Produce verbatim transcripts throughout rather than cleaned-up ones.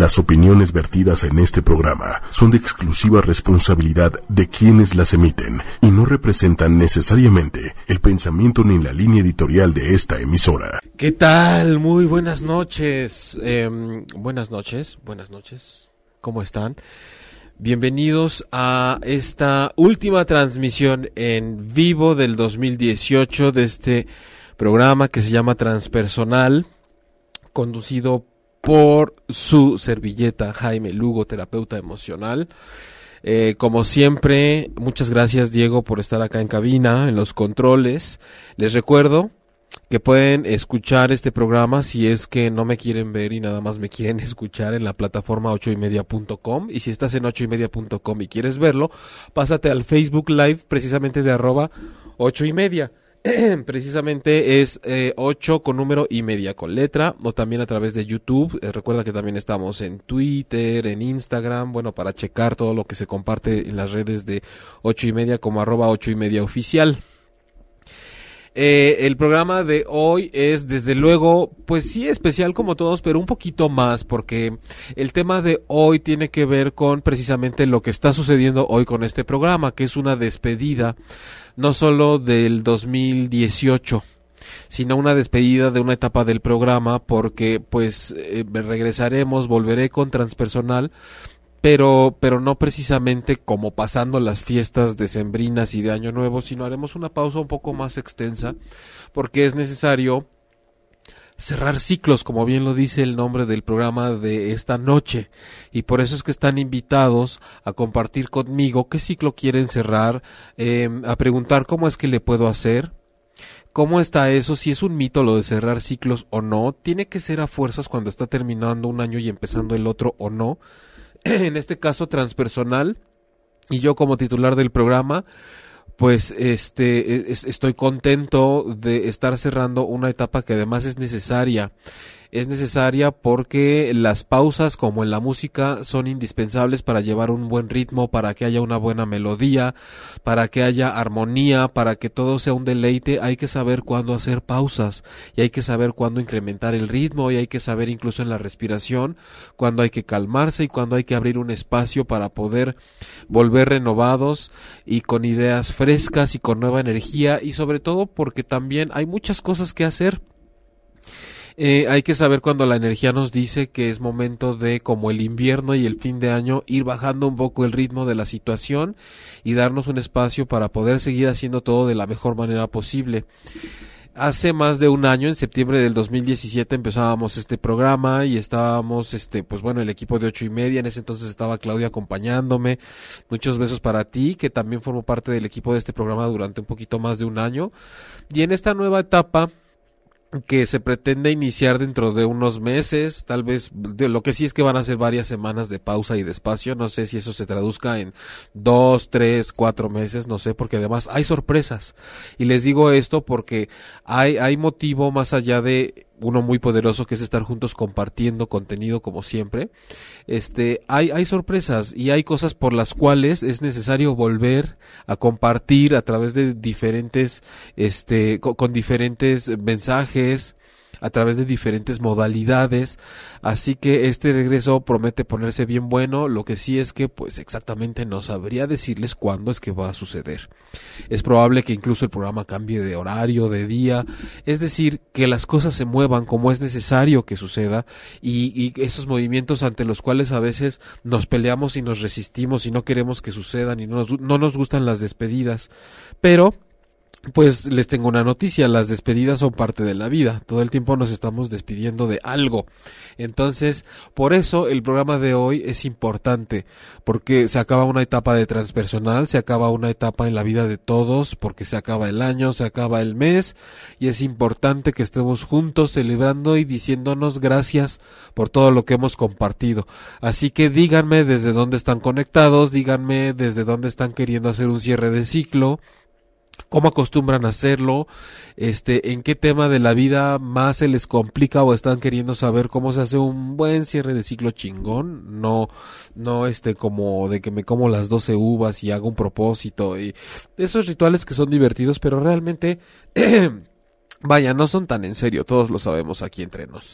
Las opiniones vertidas en este programa son de exclusiva responsabilidad de quienes las emiten y no representan necesariamente el pensamiento ni la línea editorial de esta emisora. ¿Qué tal? Muy buenas noches. Eh, buenas noches, buenas noches. ¿Cómo están? Bienvenidos a esta última transmisión en vivo del dos mil dieciocho de este programa que se llama Transpersonal, conducido por su servilleta Jaime Lugo, terapeuta emocional. Eh, como siempre, muchas gracias Diego por estar acá en cabina, en los controles. Les recuerdo que pueden escuchar este programa si es que no me quieren ver y nada más me quieren escuchar en la plataforma ocho y media punto com, y si estás en ocho y media punto com y quieres verlo, pásate al Facebook Live precisamente de arroba ocho y media. Precisamente es eh, ocho con número y media con letra, o también a través de YouTube. Eh, recuerda que también estamos en Twitter, en Instagram, bueno, para checar todo lo que se comparte en las redes de ocho y media como arroba ocho y media oficial. Eh, el programa de hoy es desde luego, pues sí, especial como todos, pero un poquito más, porque el tema de hoy tiene que ver con precisamente lo que está sucediendo hoy con este programa, que es una despedida no solo del dos mil dieciocho, sino una despedida de una etapa del programa, porque pues eh, regresaremos, volveré con Transpersonal, pero pero no precisamente como pasando las fiestas decembrinas y de Año Nuevo, sino haremos una pausa un poco más extensa, porque es necesario cerrar ciclos, como bien lo dice el nombre del programa de esta noche, y por eso es que están invitados a compartir conmigo qué ciclo quieren cerrar, eh, a preguntar cómo es que le puedo hacer, cómo está eso, si es un mito lo de cerrar ciclos o no, tiene que ser a fuerzas cuando está terminando un año y empezando el otro o no. En este caso Transpersonal, y yo como titular del programa, pues este es, estoy contento de estar cerrando una etapa que además es necesaria. Es necesaria porque las pausas, como en la música, son indispensables para llevar un buen ritmo, para que haya una buena melodía, para que haya armonía, para que todo sea un deleite. Hay que saber cuándo hacer pausas y hay que saber cuándo incrementar el ritmo, y hay que saber incluso en la respiración cuándo hay que calmarse y cuándo hay que abrir un espacio para poder volver renovados y con ideas frescas y con nueva energía, y sobre todo porque también hay muchas cosas que hacer. Eh, hay que saber cuando la energía nos dice que es momento de, como el invierno y el fin de año, ir bajando un poco el ritmo de la situación y darnos un espacio para poder seguir haciendo todo de la mejor manera posible. Hace más de un año, en septiembre del dos mil diecisiete, empezábamos este programa y estábamos, este, pues bueno, el equipo de ocho y media. En ese entonces estaba Claudia acompañándome. Muchos besos para ti, que también formó parte del equipo de este programa durante un poquito más de un año. Y en esta nueva etapa, que se pretende iniciar dentro de unos meses, tal vez, de lo que sí es que van a ser varias semanas de pausa y de espacio, no sé si eso se traduzca en dos, tres, cuatro meses, no sé, porque además hay sorpresas, y les digo esto porque hay, hay motivo más allá de uno muy poderoso, que es estar juntos compartiendo contenido como siempre. Este, hay, hay sorpresas y hay cosas por las cuales es necesario volver a compartir a través de diferentes, este, con, con diferentes mensajes, a través de diferentes modalidades, así que este regreso promete ponerse bien bueno. Lo que sí es que pues exactamente no sabría decirles cuándo es que va a suceder. Es probable que incluso el programa cambie de horario, de día, es decir, que las cosas se muevan como es necesario que suceda, y, y esos movimientos ante los cuales a veces nos peleamos y nos resistimos y no queremos que sucedan y no nos, no nos gustan las despedidas, pero pues les tengo una noticia: las despedidas son parte de la vida, todo el tiempo nos estamos despidiendo de algo. Entonces, por eso el programa de hoy es importante, porque se acaba una etapa de Transpersonal, se acaba una etapa en la vida de todos, porque se acaba el año, se acaba el mes, y es importante que estemos juntos celebrando y diciéndonos gracias por todo lo que hemos compartido. Así que díganme desde dónde están conectados, díganme desde dónde están queriendo hacer un cierre de ciclo, cómo acostumbran a hacerlo, este, en qué tema de la vida más se les complica o están queriendo saber cómo se hace un buen cierre de ciclo chingón, no, no este como de que me como las doce uvas y hago un propósito y esos rituales que son divertidos, pero realmente, vaya, no son tan en serio, todos lo sabemos aquí entre nos.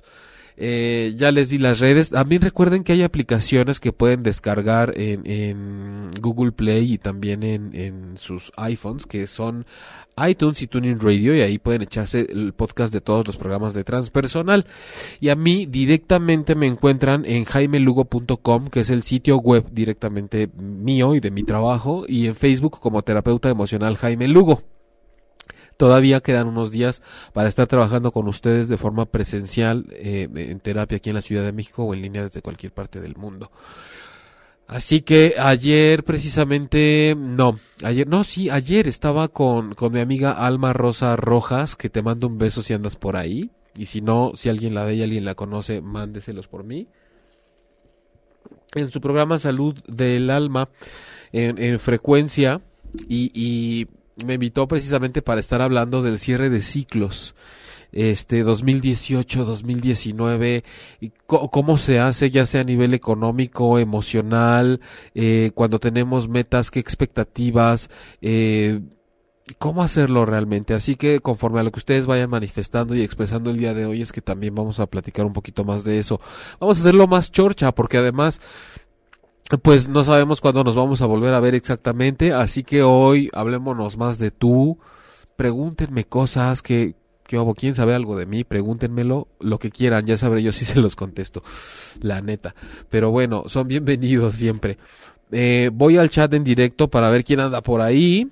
Eh, ya les di las redes. También recuerden que hay aplicaciones que pueden descargar en, en Google Play y también en, en sus iPhones, que son iTunes y Tuning Radio, y ahí pueden echarse el podcast de todos los programas de Transpersonal. Y a mí directamente me encuentran en jaime lugo punto com, que es el sitio web directamente mío y de mi trabajo, y en Facebook como terapeuta emocional Jaime Lugo. Todavía quedan unos días para estar trabajando con ustedes de forma presencial eh, en terapia aquí en la Ciudad de México o en línea desde cualquier parte del mundo. Así que ayer precisamente, no, ayer, no, sí, ayer estaba con, con mi amiga Alma Rosa Rojas, que te mando un beso si andas por ahí. Y si no, si alguien la ve y alguien la conoce, mándeselos por mí. En su programa Salud del Alma, en, en Frecuencia, y... y me invitó precisamente para estar hablando del cierre de ciclos, este dos mil dieciocho, dos mil diecinueve, y cómo se hace, ya sea a nivel económico, emocional, eh, cuando tenemos metas, qué expectativas, eh, cómo hacerlo realmente. Así que conforme a lo que ustedes vayan manifestando y expresando el día de hoy, es que también vamos a platicar un poquito más de eso. Vamos a hacerlo más chorcha, porque además pues no sabemos cuándo nos vamos a volver a ver exactamente, así que hoy hablémonos más de tú, pregúntenme cosas que, que o quién sabe algo de mí, pregúntenmelo, lo que quieran, ya sabré yo si se los contesto, la neta, pero bueno, son bienvenidos siempre. Eh, voy al chat en directo para ver quién anda por ahí.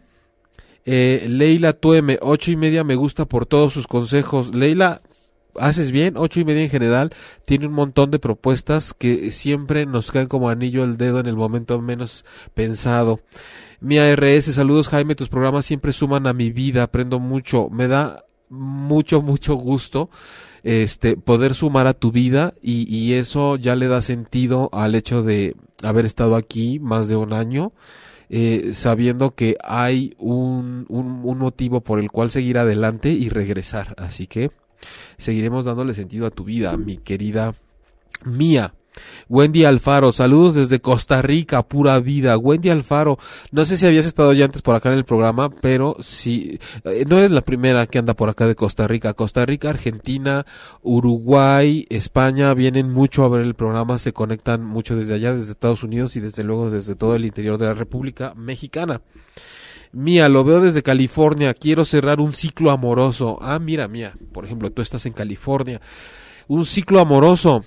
eh, Leila Tueme, ocho y media, me gusta por todos sus consejos. Leila, haces bien, ocho y media en general tiene un montón de propuestas que siempre nos caen como anillo al dedo en el momento menos pensado. Mia R S, saludos Jaime, tus programas siempre suman a mi vida, aprendo mucho, me da mucho, mucho gusto este poder sumar a tu vida y, y eso ya le da sentido al hecho de haber estado aquí más de un año. Eh, sabiendo que hay un, un, un motivo por el cual seguir adelante y regresar, así que seguiremos dándole sentido a tu vida, mi querida Mía. Wendy Alfaro, saludos desde Costa Rica, pura vida. Wendy Alfaro, no sé si habías estado ya antes por acá en el programa, pero sí, eh, no eres la primera que anda por acá de Costa Rica. Costa Rica, Argentina, Uruguay, España, vienen mucho a ver el programa, se conectan mucho desde allá, desde Estados Unidos y desde luego desde todo el interior de la República Mexicana. Mía, lo veo desde California, quiero cerrar un ciclo amoroso. Ah, mira, Mía, por ejemplo, tú estás en California. Un ciclo amoroso.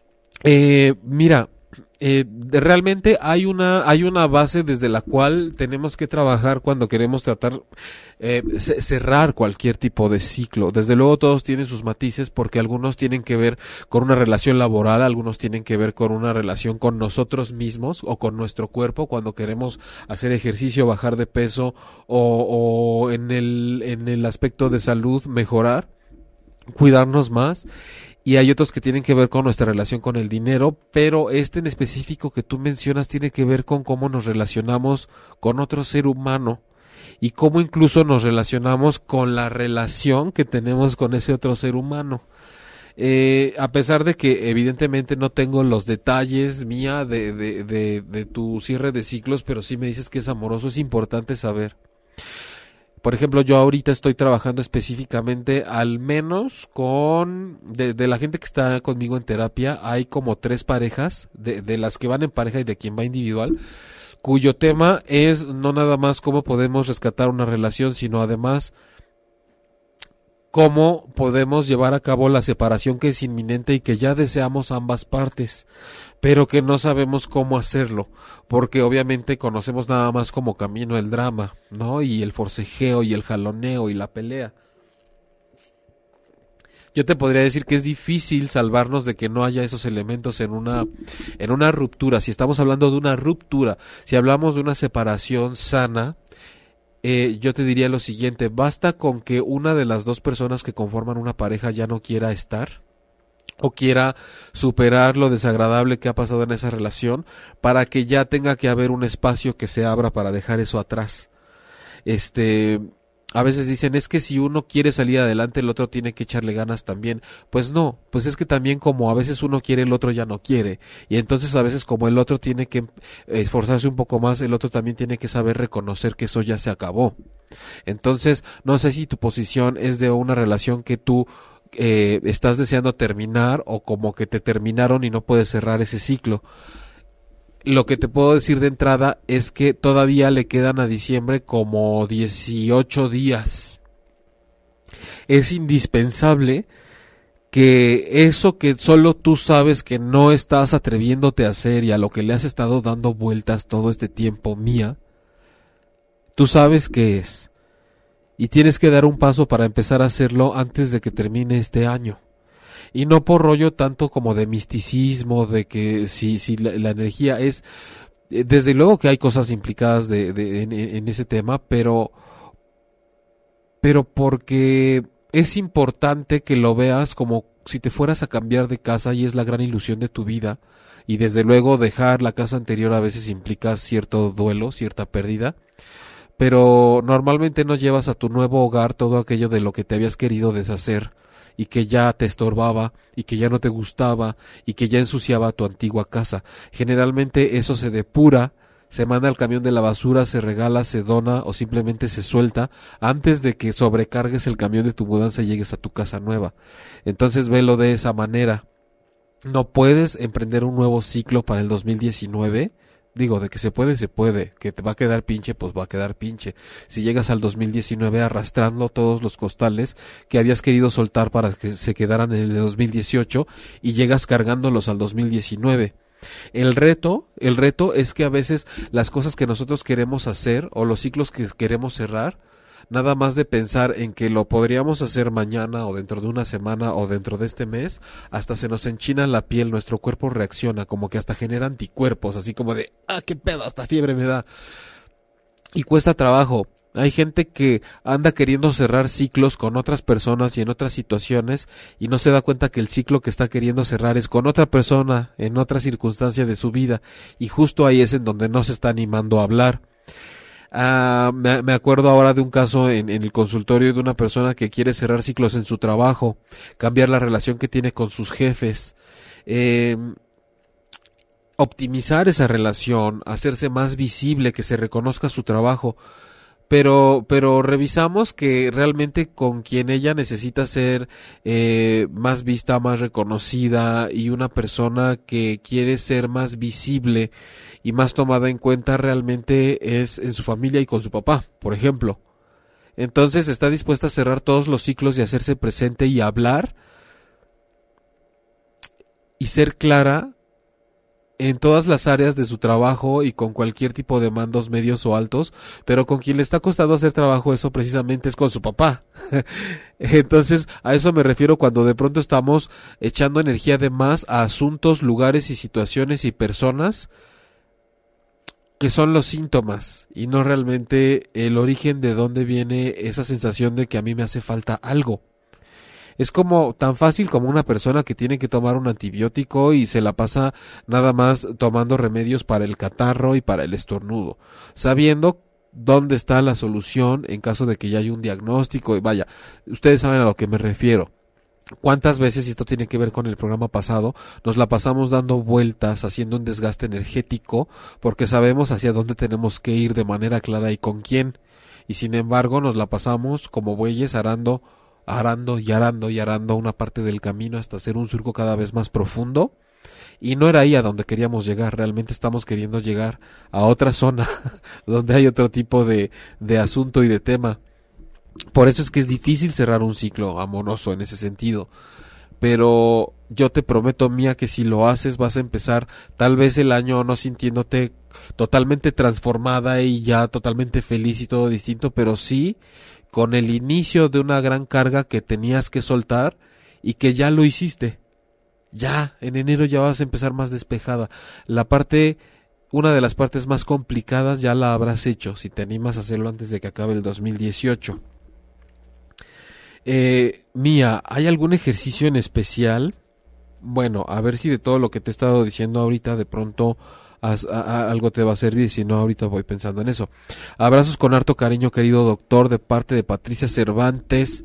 Eh, mira, eh, realmente hay una hay una base desde la cual tenemos que trabajar cuando queremos tratar eh, cerrar cualquier tipo de ciclo. Desde luego todos tienen sus matices porque algunos tienen que ver con una relación laboral, algunos tienen que ver con una relación con nosotros mismos o con nuestro cuerpo cuando queremos hacer ejercicio, bajar de peso o, o en el en el aspecto de salud mejorar, cuidarnos más. Y hay otros que tienen que ver con nuestra relación con el dinero, pero este en específico que tú mencionas tiene que ver con cómo nos relacionamos con otro ser humano y cómo incluso nos relacionamos con la relación que tenemos con ese otro ser humano. Eh, a pesar de que evidentemente no tengo los detalles, Mía, de, de, de, de tu cierre de ciclos, pero sí me dices que es amoroso, es importante saber. Por ejemplo, yo ahorita estoy trabajando específicamente, al menos con, de, de la gente que está conmigo en terapia, hay como tres parejas, de, de las que van en pareja y de quien va individual, cuyo tema es no nada más cómo podemos rescatar una relación, sino además cómo podemos llevar a cabo la separación que es inminente y que ya deseamos ambas partes, pero que no sabemos cómo hacerlo, porque obviamente conocemos nada más como camino el drama, ¿no? Y el forcejeo y el jaloneo y la pelea. Yo te podría decir que es difícil salvarnos de que no haya esos elementos en una en una ruptura. Si estamos hablando de una ruptura, si hablamos de una separación sana, Eh, yo te diría lo siguiente, basta con que una de las dos personas que conforman una pareja ya no quiera estar o quiera superar lo desagradable que ha pasado en esa relación para que ya tenga que haber un espacio que se abra para dejar eso atrás. Este, a veces dicen, es que si uno quiere salir adelante, el otro tiene que echarle ganas también. Pues no, pues es que también como a veces uno quiere, el otro ya no quiere. Y entonces a veces como el otro tiene que esforzarse un poco más, el otro también tiene que saber reconocer que eso ya se acabó. Entonces, no sé si tu posición es de una relación que tú eh, estás deseando terminar o como que te terminaron y no puedes cerrar ese ciclo. Lo que te puedo decir de entrada es que todavía le quedan a diciembre como dieciocho días. Es indispensable que eso que solo tú sabes que no estás atreviéndote a hacer y a lo que le has estado dando vueltas todo este tiempo, Mía, tú sabes qué es. Y tienes que dar un paso para empezar a hacerlo antes de que termine este año. Y no por rollo tanto como de misticismo, de que si, si la, la energía es... Desde luego que hay cosas implicadas de, de, en, en ese tema, pero... Pero porque es importante que lo veas como si te fueras a cambiar de casa y es la gran ilusión de tu vida. Y desde luego dejar la casa anterior a veces implica cierto duelo, cierta pérdida. Pero normalmente no llevas a tu nuevo hogar todo aquello de lo que te habías querido deshacer y que ya te estorbaba y que ya no te gustaba y que ya ensuciaba tu antigua casa. Generalmente eso se depura, se manda al camión de la basura, se regala, se dona o simplemente se suelta antes de que sobrecargues el camión de tu mudanza y llegues a tu casa nueva. Entonces velo de esa manera. No puedes emprender un nuevo ciclo para el dos mil diecinueve. Digo, de que se puede, se puede. Que te va a quedar pinche, pues va a quedar pinche. Si llegas al dos mil diecinueve arrastrando todos los costales que habías querido soltar para que se quedaran en el dos mil dieciocho y llegas cargándolos al dos mil diecinueve. El reto, el reto es que a veces las cosas que nosotros queremos hacer o los ciclos que queremos cerrar, nada más de pensar en que lo podríamos hacer mañana o dentro de una semana o dentro de este mes, hasta se nos enchina la piel, nuestro cuerpo reacciona, como que hasta genera anticuerpos, así como de, ah, qué pedo, hasta fiebre me da. Y cuesta trabajo. Hay gente que anda queriendo cerrar ciclos con otras personas y en otras situaciones y no se da cuenta que el ciclo que está queriendo cerrar es con otra persona en otra circunstancia de su vida y justo ahí es en donde no se está animando a hablar. Uh, me, me acuerdo ahora de un caso en, en el consultorio de una persona que quiere cerrar ciclos en su trabajo, cambiar la relación que tiene con sus jefes, eh, optimizar esa relación, hacerse más visible, que se reconozca su trabajo. Pero, pero revisamos que realmente con quien ella necesita ser eh, más vista, más reconocida y una persona que quiere ser más visible y más tomada en cuenta realmente es en su familia y con su papá, por ejemplo. Entonces está dispuesta a cerrar todos los ciclos y hacerse presente y hablar y ser clara en todas las áreas de su trabajo y con cualquier tipo de mandos medios o altos, pero con quien le está costando hacer trabajo eso precisamente es con su papá. Entonces a eso me refiero cuando de pronto estamos echando energía de más a asuntos, lugares y situaciones y personas que son los síntomas y no realmente el origen de dónde viene esa sensación de que a mí me hace falta algo. Es como tan fácil como una persona que tiene que tomar un antibiótico y se la pasa nada más tomando remedios para el catarro y para el estornudo, sabiendo dónde está la solución en caso de que ya haya un diagnóstico. Y vaya, ustedes saben a lo que me refiero. ¿Cuántas veces, y esto tiene que ver con el programa pasado, nos la pasamos dando vueltas, haciendo un desgaste energético, porque sabemos hacia dónde tenemos que ir de manera clara y con quién? Y sin embargo nos la pasamos como bueyes arando arando y arando y arando una parte del camino hasta hacer un surco cada vez más profundo y no era ahí a donde queríamos llegar, realmente estamos queriendo llegar a otra zona donde hay otro tipo de, de asunto y de tema. Por eso es que es difícil cerrar un ciclo amoroso en ese sentido, pero yo te prometo, Mía, que si lo haces vas a empezar tal vez el año no sintiéndote totalmente transformada y ya totalmente feliz y todo distinto, pero sí con el inicio de una gran carga que tenías que soltar y que ya lo hiciste. Ya, en enero ya vas a empezar más despejada. La parte, una de las partes más complicadas ya la habrás hecho, si te animas a hacerlo antes de que acabe el dos mil dieciocho. Eh, Mía, ¿hay algún ejercicio en especial? Bueno, a ver si de todo lo que te he estado diciendo ahorita de pronto As, a, a, algo te va a servir, si no ahorita voy pensando en eso. Abrazos con harto cariño, querido doctor, de parte de Patricia Cervantes.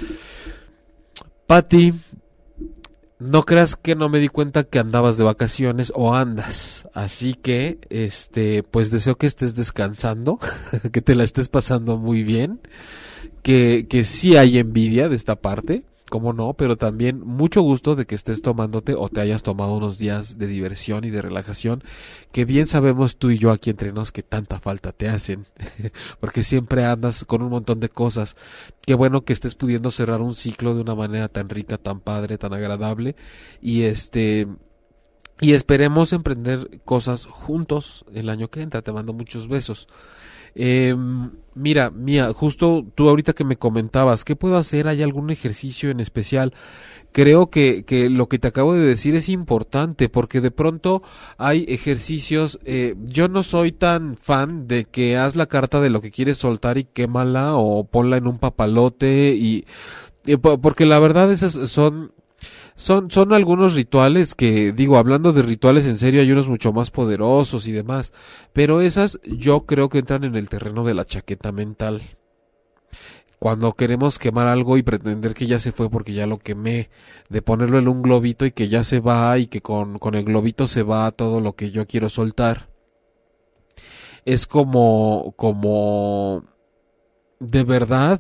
Pati, no creas que no me di cuenta que andabas de vacaciones o andas, así que este pues deseo que estés descansando, que te la estés pasando muy bien, que, que sí hay envidia de esta parte. cómo no, pero también mucho gusto de que estés tomándote o te hayas tomado unos días de diversión y de relajación, que bien sabemos tú y yo aquí entre nos que tanta falta te hacen, porque siempre andas con un montón de cosas. Qué bueno que estés pudiendo cerrar un ciclo de una manera tan rica, tan padre, tan agradable, y este... y esperemos emprender cosas juntos el año que entra. Te mando muchos besos. Eh, mira, Mía, justo tú ahorita que me comentabas, ¿qué puedo hacer? ¿Hay algún ejercicio en especial? Creo que, que lo que te acabo de decir es importante, porque de pronto hay ejercicios, eh, yo no soy tan fan de que haz la carta de lo que quieres soltar y quémala o ponla en un papalote y, y porque la verdad esas son... Son, son algunos rituales que, digo, hablando de rituales en serio, hay unos mucho más poderosos y demás, pero esas yo creo que entran en el terreno de la chaqueta mental. Cuando queremos quemar algo y pretender que ya se fue porque ya lo quemé, de ponerlo en un globito y que ya se va y que con, con el globito se va todo lo que yo quiero soltar. Es como, como, de verdad...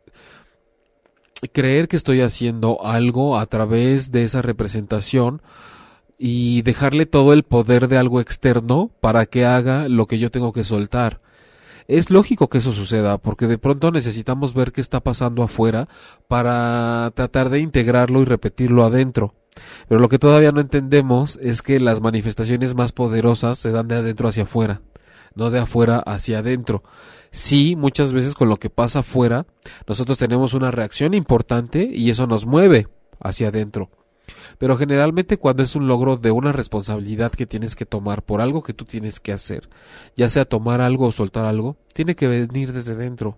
creer que estoy haciendo algo a través de esa representación y dejarle todo el poder de algo externo para que haga lo que yo tengo que soltar. Es lógico que eso suceda, porque de pronto necesitamos ver qué está pasando afuera para tratar de integrarlo y repetirlo adentro. Pero lo que todavía no entendemos es que las manifestaciones más poderosas se dan de adentro hacia afuera, no de afuera hacia adentro. Sí, muchas veces con lo que pasa afuera, nosotros tenemos una reacción importante y eso nos mueve hacia adentro. Pero generalmente cuando es un logro de una responsabilidad que tienes que tomar por algo que tú tienes que hacer, ya sea tomar algo o soltar algo, tiene que venir desde dentro.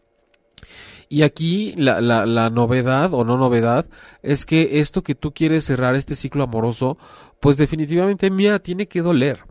Y aquí la, la, la novedad o no novedad es que esto que tú quieres cerrar, este ciclo amoroso, pues definitivamente, Mía, tiene que doler.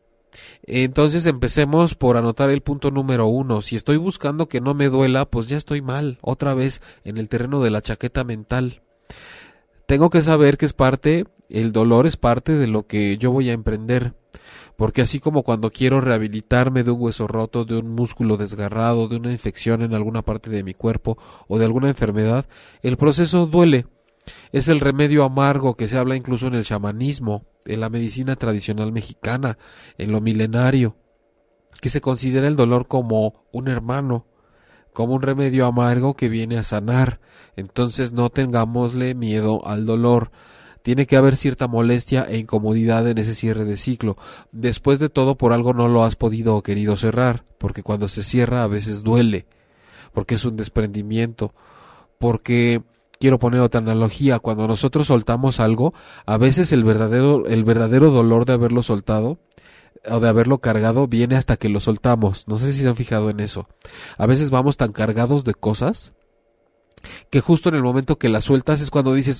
Entonces empecemos por anotar el punto número uno. Si estoy buscando que no me duela, pues ya estoy mal, otra vez en el terreno de la chaqueta mental. Tengo que saber que es parte, el dolor es parte de lo que yo voy a emprender. Porque así como cuando quiero rehabilitarme de un hueso roto, de un músculo desgarrado, de una infección en alguna parte de mi cuerpo o de alguna enfermedad, el proceso duele. Es el remedio amargo que se habla incluso en el chamanismo, en la medicina tradicional mexicana, en lo milenario, que se considera el dolor como un hermano, como un remedio amargo que viene a sanar. Entonces no tengámosle miedo al dolor. Tiene que haber cierta molestia e incomodidad en ese cierre de ciclo. Después de todo, por algo no lo has podido o querido cerrar, porque cuando se cierra a veces duele, porque es un desprendimiento, porque... Quiero poner otra analogía, cuando nosotros soltamos algo, a veces el verdadero, el verdadero dolor de haberlo soltado o de haberlo cargado viene hasta que lo soltamos. No sé si se han fijado en eso. A veces vamos tan cargados de cosas que justo en el momento que las sueltas es cuando dices,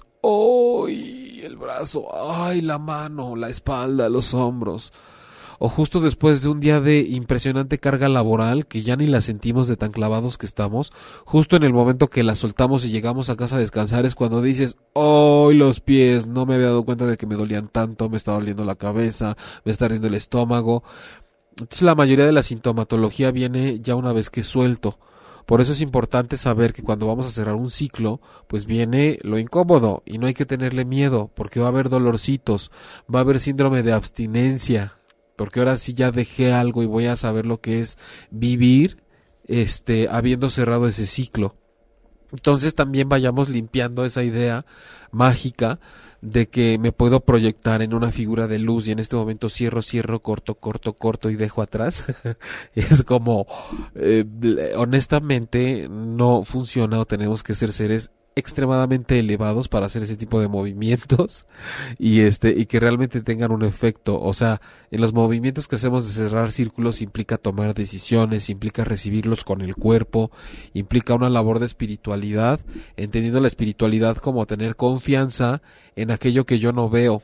¡ay! El brazo, ¡ay! La mano, la espalda, los hombros. O justo después de un día de impresionante carga laboral que ya ni la sentimos de tan clavados que estamos, justo en el momento que la soltamos y llegamos a casa a descansar es cuando dices, ¡oh, los pies! No me había dado cuenta de que me dolían tanto, me está doliendo la cabeza, me está ardiendo el estómago. Entonces la mayoría de la sintomatología viene ya una vez que suelto. Por eso es importante saber que cuando vamos a cerrar un ciclo, pues viene lo incómodo y no hay que tenerle miedo, porque va a haber dolorcitos, va a haber síndrome de abstinencia, porque ahora sí ya dejé algo y voy a saber lo que es vivir este habiendo cerrado ese ciclo. Entonces también vayamos limpiando esa idea mágica de que me puedo proyectar en una figura de luz y en este momento cierro, cierro, corto, corto, corto y dejo atrás. Es como, eh, honestamente no funciona, o tenemos que ser seres extremadamente elevados para hacer ese tipo de movimientos y este y que realmente tengan un efecto. O sea, en los movimientos que hacemos de cerrar círculos implica tomar decisiones, implica recibirlos con el cuerpo, implica una labor de espiritualidad, entendiendo la espiritualidad como tener confianza en aquello que yo no veo,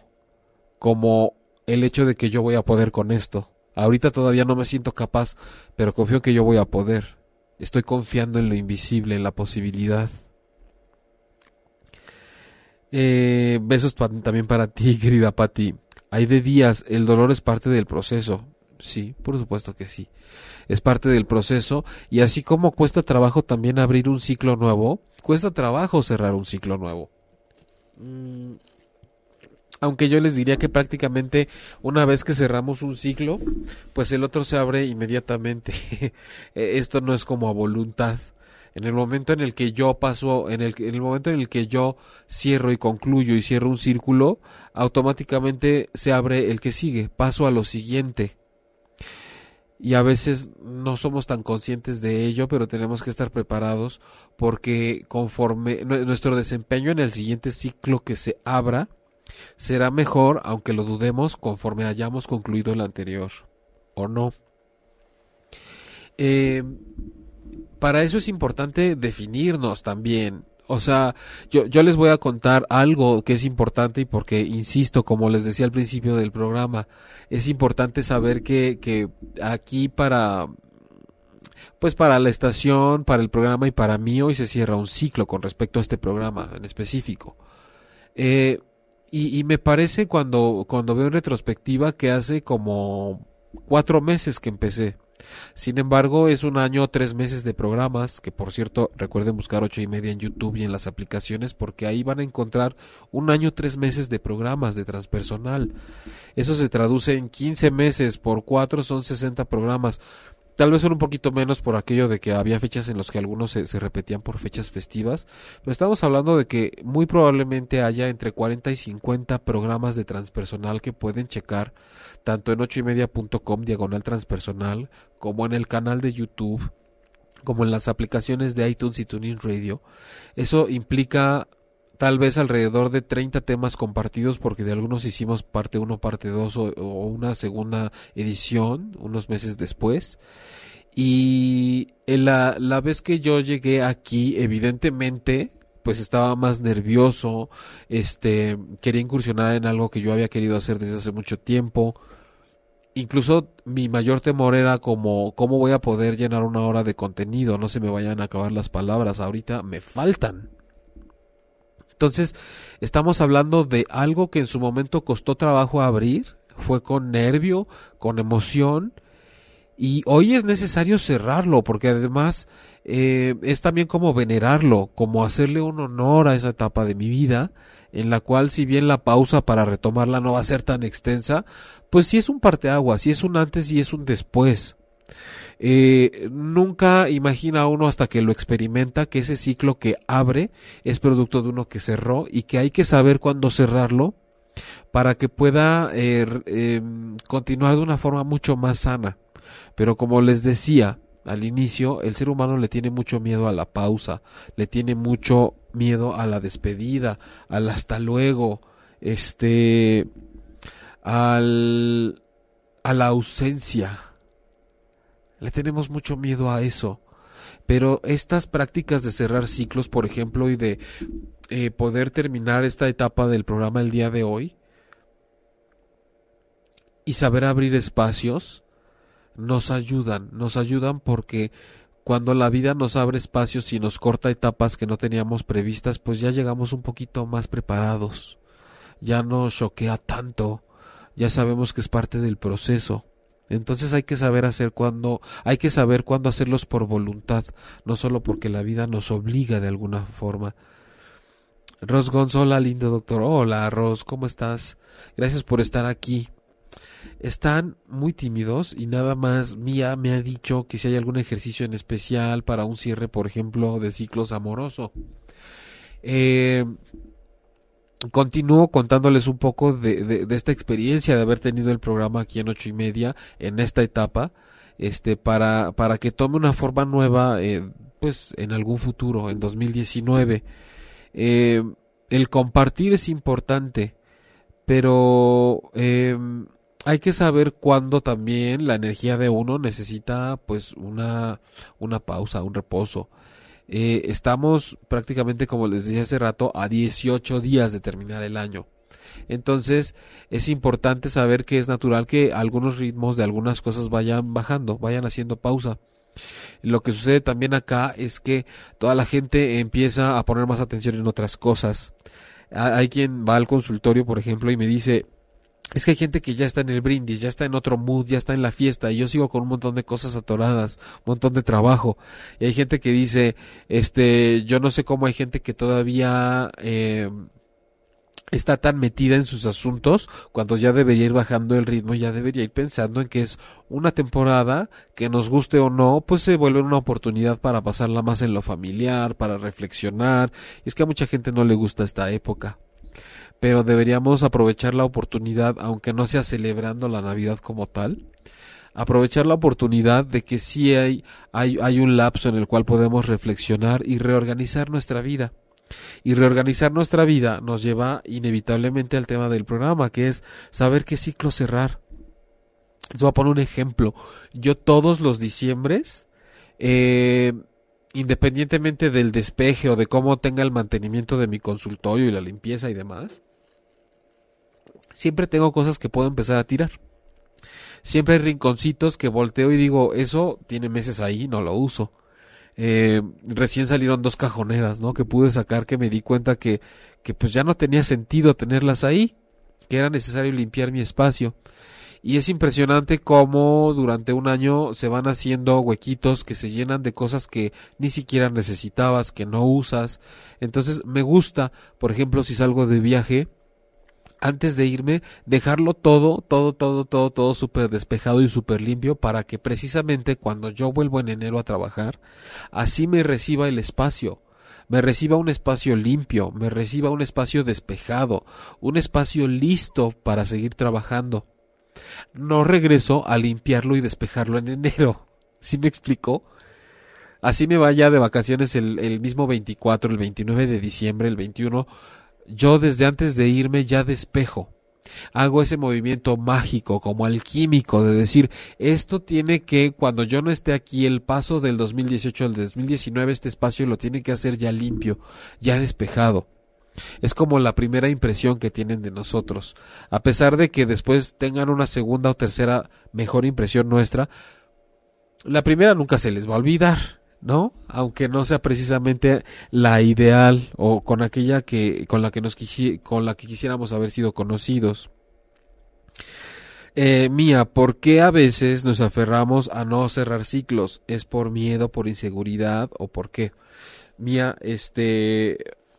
como el hecho de que yo voy a poder con esto. Ahorita todavía no me siento capaz, pero confío en que yo voy a poder. Estoy confiando en lo invisible, en la posibilidad. Eh, besos pa- también para ti, querida Patti. Hay de días, el dolor es parte del proceso. Sí, por supuesto que sí. Es parte del proceso, y así como cuesta trabajo también abrir un ciclo nuevo, cuesta trabajo cerrar un ciclo nuevo. Mm, aunque yo les diría que prácticamente una vez que cerramos un ciclo, pues el otro se abre inmediatamente. Esto no es como a voluntad. En el momento en el que yo paso, en el, en el momento en el que yo cierro y concluyo y cierro un círculo, automáticamente se abre el que sigue, paso a lo siguiente. Y a veces no somos tan conscientes de ello, pero tenemos que estar preparados porque conforme nuestro desempeño en el siguiente ciclo que se abra será mejor, aunque lo dudemos, conforme hayamos concluido el anterior, o no. Eh, para eso es importante definirnos también. O sea, yo, yo les voy a contar algo que es importante, y porque, insisto, como les decía al principio del programa, es importante saber que, que aquí para, pues para la estación, para el programa y para mí, hoy se cierra un ciclo con respecto a este programa en específico. Eh, y, y me parece cuando, cuando veo en retrospectiva que hace como cuatro meses que empecé. Sin embargo, es un año, tres meses de programas, que por cierto, recuerden buscar ocho y media en YouTube y en las aplicaciones, porque ahí van a encontrar un año, tres meses de programas de transpersonal. Eso se traduce en quince meses, por cuatro son sesenta programas. Tal vez son un poquito menos por aquello de que había fechas en los que algunos se, se repetían por fechas festivas, pero estamos hablando de que muy probablemente haya entre cuarenta y cincuenta programas de transpersonal que pueden checar tanto en ocho y media punto com diagonal transpersonal, como en el canal de YouTube, como en las aplicaciones de iTunes y TuneIn Radio. Eso implica tal vez alrededor de treinta temas compartidos, porque de algunos hicimos parte uno, parte dos o, o una segunda edición unos meses después. Y la, la vez que yo llegué aquí, evidentemente, pues estaba más nervioso, este, quería incursionar en algo que yo había querido hacer desde hace mucho tiempo. Incluso mi mayor temor era como, ¿cómo voy a poder llenar una hora de contenido? No se me vayan a acabar las palabras, ahorita me faltan. Entonces, estamos hablando de algo que en su momento costó trabajo abrir, fue con nervio, con emoción, y hoy es necesario cerrarlo, porque además eh, es también como venerarlo, como hacerle un honor a esa etapa de mi vida, en la cual, si bien la pausa para retomarla no va a ser tan extensa, pues sí es un parteaguas, sí es un antes y es un después. Eh, nunca imagina uno hasta que lo experimenta que ese ciclo que abre es producto de uno que cerró, y que hay que saber cuándo cerrarlo para que pueda eh, eh, continuar de una forma mucho más sana. Pero como les decía al inicio, el ser humano le tiene mucho miedo a la pausa, le tiene mucho miedo a la despedida, al hasta luego, este, al, a la ausencia. Le tenemos mucho miedo a eso. Pero estas prácticas de cerrar ciclos, por ejemplo, y de eh, poder terminar esta etapa del programa el día de hoy y saber abrir espacios, nos ayudan, nos ayudan porque cuando la vida nos abre espacios y nos corta etapas que no teníamos previstas, pues ya llegamos un poquito más preparados, ya no choquea tanto, ya sabemos que es parte del proceso. Entonces hay que saber hacer cuando, hay que saber cuándo hacerlos por voluntad, no solo porque la vida nos obliga de alguna forma. Ros Gonzola, lindo doctor. Hola Ros, ¿cómo estás? Gracias por estar aquí. Están muy tímidos y nada más Mía me ha dicho que si hay algún ejercicio en especial para un cierre, por ejemplo, de ciclos amoroso. Eh, continúo contándoles un poco de, de, de esta experiencia de haber tenido el programa aquí en ocho y media en esta etapa, este, para, para que tome una forma nueva, eh, pues en algún futuro, en dos mil diecinueve. Eh, el compartir es importante, pero eh, hay que saber cuándo también la energía de uno necesita pues una, una pausa, un reposo. Eh, estamos prácticamente, como les decía hace rato, a dieciocho días de terminar el año. Entonces es importante saber que es natural que algunos ritmos de algunas cosas vayan bajando, vayan haciendo pausa. Lo que sucede también acá es que toda la gente empieza a poner más atención en otras cosas. Hay quien va al consultorio, por ejemplo, y me dice: Es que hay gente que ya está en el brindis, ya está en otro mood, ya está en la fiesta, y yo sigo con un montón de cosas atoradas, un montón de trabajo. Y hay gente que dice, este, yo no sé cómo hay gente que todavía eh, está tan metida en sus asuntos, cuando ya debería ir bajando el ritmo, ya debería ir pensando en que es una temporada que, nos guste o no, pues se vuelve una oportunidad para pasarla más en lo familiar, para reflexionar. Y es que a mucha gente no le gusta esta época, pero deberíamos aprovechar la oportunidad, aunque no sea celebrando la Navidad como tal, aprovechar la oportunidad de que sí hay, hay, hay un lapso en el cual podemos reflexionar y reorganizar nuestra vida. Y reorganizar nuestra vida nos lleva inevitablemente al tema del programa, que es saber qué ciclo cerrar. Les voy a poner un ejemplo. Yo todos los diciembres, eh, independientemente del despeje o de cómo tenga el mantenimiento de mi consultorio y la limpieza y demás, siempre tengo cosas que puedo empezar a tirar. Siempre hay rinconcitos que volteo y digo, eso tiene meses ahí, no lo uso. Eh, recién salieron dos cajoneras, ¿no? Que pude sacar, que me di cuenta que, que pues ya no tenía sentido tenerlas ahí, que era necesario limpiar mi espacio. Y es impresionante cómo durante un año se van haciendo huequitos que se llenan de cosas que ni siquiera necesitabas, que no usas. Entonces me gusta, por ejemplo, si salgo de viaje, antes de irme, dejarlo todo, todo, todo, todo, todo súper despejado y súper limpio, para que precisamente cuando yo vuelvo en enero a trabajar, así me reciba el espacio, me reciba un espacio limpio, me reciba un espacio despejado, un espacio listo para seguir trabajando. No regreso a limpiarlo y despejarlo en enero. ¿Sí me explicó? Así me vaya de vacaciones el, el mismo veinticuatro, el veintinueve de diciembre, el veintiuno... Yo desde antes de irme ya despejo. Hago ese movimiento mágico, como alquímico, de decir, esto tiene que, cuando yo no esté aquí, el paso del dos mil dieciocho al dos mil diecinueve, este espacio lo tiene que hacer ya limpio, ya despejado. Es como la primera impresión que tienen de nosotros. A pesar de que después tengan una segunda o tercera mejor impresión nuestra, la primera nunca se les va a olvidar, ¿no? Aunque no sea precisamente la ideal o con aquella que con la que nos quisi, con la que quisiéramos haber sido conocidos. Eh, Mía, ¿por qué a veces nos aferramos a no cerrar ciclos? ¿Es por miedo, por inseguridad o por qué? Mía, este,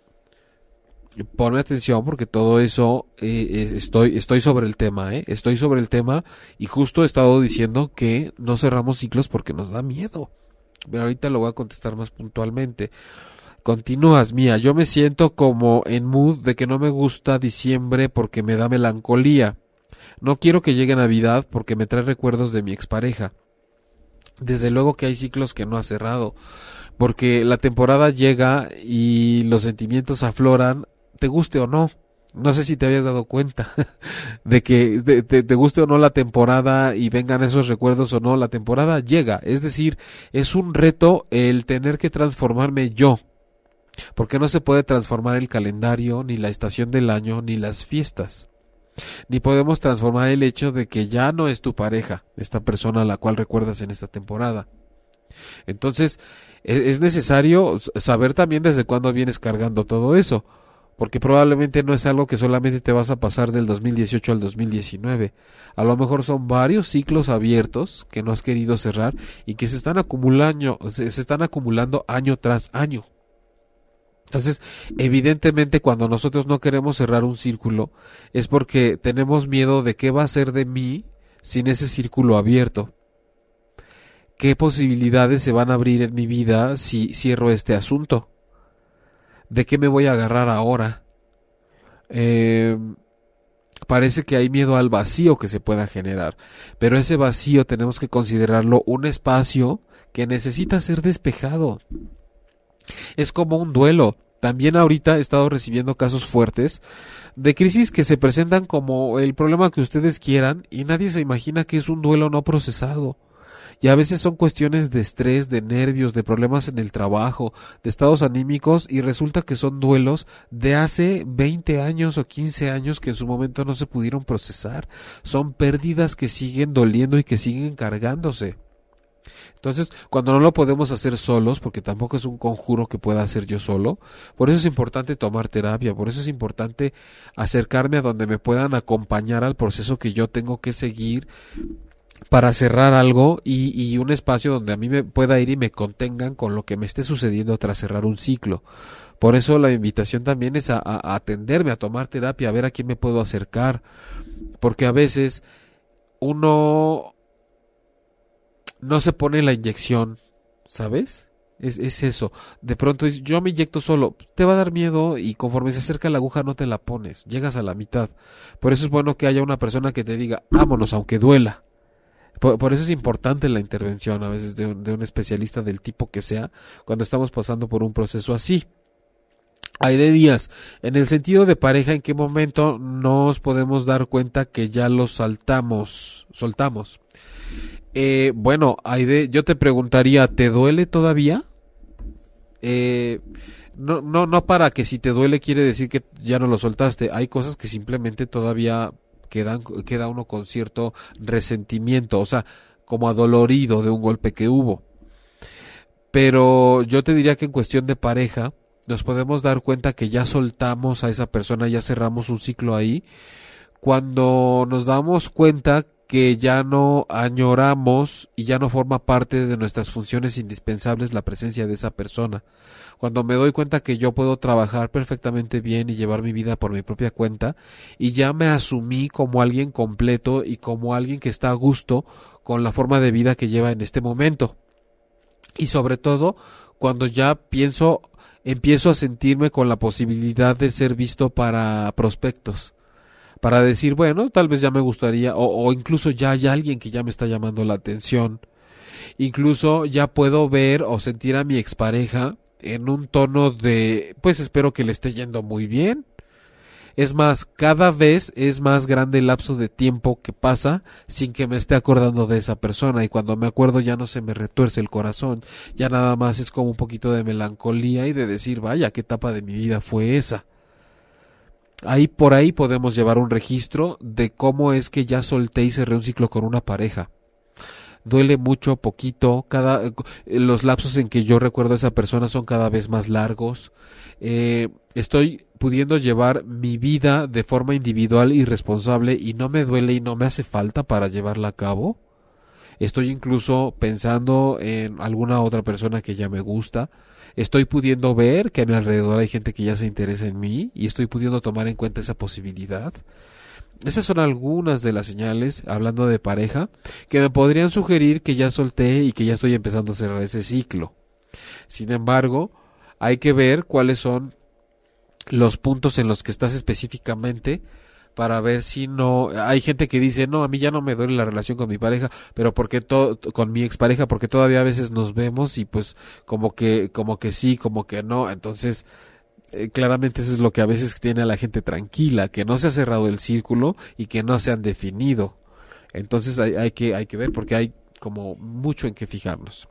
ponme atención porque todo eso eh, estoy estoy sobre el tema, eh, estoy sobre el tema y justo he estado diciendo que no cerramos ciclos porque nos da miedo. Pero ahorita lo voy a contestar más puntualmente. Continúas, Mía, yo me siento como en mood de que no me gusta diciembre porque me da melancolía. No quiero que llegue Navidad porque me trae recuerdos de mi expareja. Desde luego que hay ciclos que no ha cerrado, porque la temporada llega y los sentimientos afloran, te guste o no. No sé si te habías dado cuenta de que te, te, te guste o no la temporada y vengan esos recuerdos o no, la temporada llega. Es decir, es un reto el tener que transformarme yo, porque no se puede transformar el calendario, ni la estación del año, ni las fiestas. Ni podemos transformar el hecho de que ya no es tu pareja, esta persona a la cual recuerdas en esta temporada. Entonces, es necesario saber también desde cuándo vienes cargando todo eso, porque probablemente no es algo que solamente te vas a pasar del dos mil dieciocho al dos mil diecinueve. A lo mejor son varios ciclos abiertos que no has querido cerrar y que se están acumulando, se, se están acumulando año tras año. Entonces, evidentemente, cuando nosotros no queremos cerrar un círculo, es porque tenemos miedo de qué va a ser de mí sin ese círculo abierto. ¿Qué posibilidades se van a abrir en mi vida si cierro este asunto? ¿De qué me voy a agarrar ahora? Eh, parece que hay miedo al vacío que se pueda generar, pero ese vacío tenemos que considerarlo un espacio que necesita ser despejado. Es como un duelo. También ahorita he estado recibiendo casos fuertes de crisis que se presentan como el problema que ustedes quieran y nadie se imagina que es un duelo no procesado. Y a veces son cuestiones de estrés, de nervios, de problemas en el trabajo, de estados anímicos, y resulta que son duelos de hace veinte años o quince años que en su momento no se pudieron procesar. Son pérdidas que siguen doliendo y que siguen cargándose. Entonces, cuando no lo podemos hacer solos, porque tampoco es un conjuro que pueda hacer yo solo, por eso es importante tomar terapia, por eso es importante acercarme a donde me puedan acompañar al proceso que yo tengo que seguir para cerrar algo y, y un espacio donde a mí me pueda ir y me contengan con lo que me esté sucediendo tras cerrar un ciclo. Por eso la invitación también es a, a, a atenderme, a tomar terapia, a ver a quién me puedo acercar, porque a veces uno no se pone la inyección, ¿sabes? Es, es eso. De pronto yo me inyecto solo, te va a dar miedo y conforme se acerca la aguja no te la pones, llegas a la mitad. Por eso es bueno que haya una persona que te diga, vámonos, aunque duela. Por, por eso es importante la intervención a veces de un, de un especialista del tipo que sea, cuando estamos pasando por un proceso así. Hay de días, en el sentido de pareja, ¿en qué momento nos podemos dar cuenta que ya lo saltamos, soltamos? Eh, bueno, Aide, yo te preguntaría, ¿te duele todavía? Eh, no, no, no para que si te duele quiere decir que ya no lo soltaste. Hay cosas que simplemente todavía quedan, queda uno con cierto resentimiento, o sea, como adolorido de un golpe que hubo. Pero yo te diría que en cuestión de pareja, nos podemos dar cuenta que ya soltamos a esa persona, ya cerramos un ciclo ahí, cuando nos damos cuenta que ya no añoramos y ya no forma parte de nuestras funciones indispensables la presencia de esa persona. Cuando me doy cuenta que yo puedo trabajar perfectamente bien y llevar mi vida por mi propia cuenta y ya me asumí como alguien completo y como alguien que está a gusto con la forma de vida que lleva en este momento. Y sobre todo, cuando ya pienso, empiezo a sentirme con la posibilidad de ser visto para prospectos. Para decir, bueno, tal vez ya me gustaría, o, o incluso ya hay alguien que ya me está llamando la atención. Incluso ya puedo ver o sentir a mi expareja en un tono de, pues espero que le esté yendo muy bien. Es más, cada vez es más grande el lapso de tiempo que pasa sin que me esté acordando de esa persona, y cuando me acuerdo ya no se me retuerce el corazón, ya nada más es como un poquito de melancolía y de decir, vaya, qué etapa de mi vida fue esa. Ahí por ahí podemos llevar un registro de cómo es que ya solté y cerré un ciclo con una pareja. Duele mucho, poquito, cada los lapsos en que yo recuerdo a esa persona son cada vez más largos. Eh, estoy pudiendo llevar mi vida de forma individual y responsable y no me duele y no me hace falta para llevarla a cabo. Estoy incluso pensando en alguna otra persona que ya me gusta. Estoy pudiendo ver que a mi alrededor hay gente que ya se interesa en mí y estoy pudiendo tomar en cuenta esa posibilidad. Esas son algunas de las señales, hablando de pareja, que me podrían sugerir que ya solté y que ya estoy empezando a cerrar ese ciclo. Sin embargo, hay que ver cuáles son los puntos en los que estás específicamente para ver si no, hay gente que dice, no, a mí ya no me duele la relación con mi pareja, pero porque to, con mi expareja, porque todavía a veces nos vemos y pues como que, como que sí, como que no, entonces eh, claramente eso es lo que a veces tiene a la gente tranquila, que no se ha cerrado el círculo y que no se han definido. Entonces hay, hay que, hay que ver porque hay como mucho en qué fijarnos.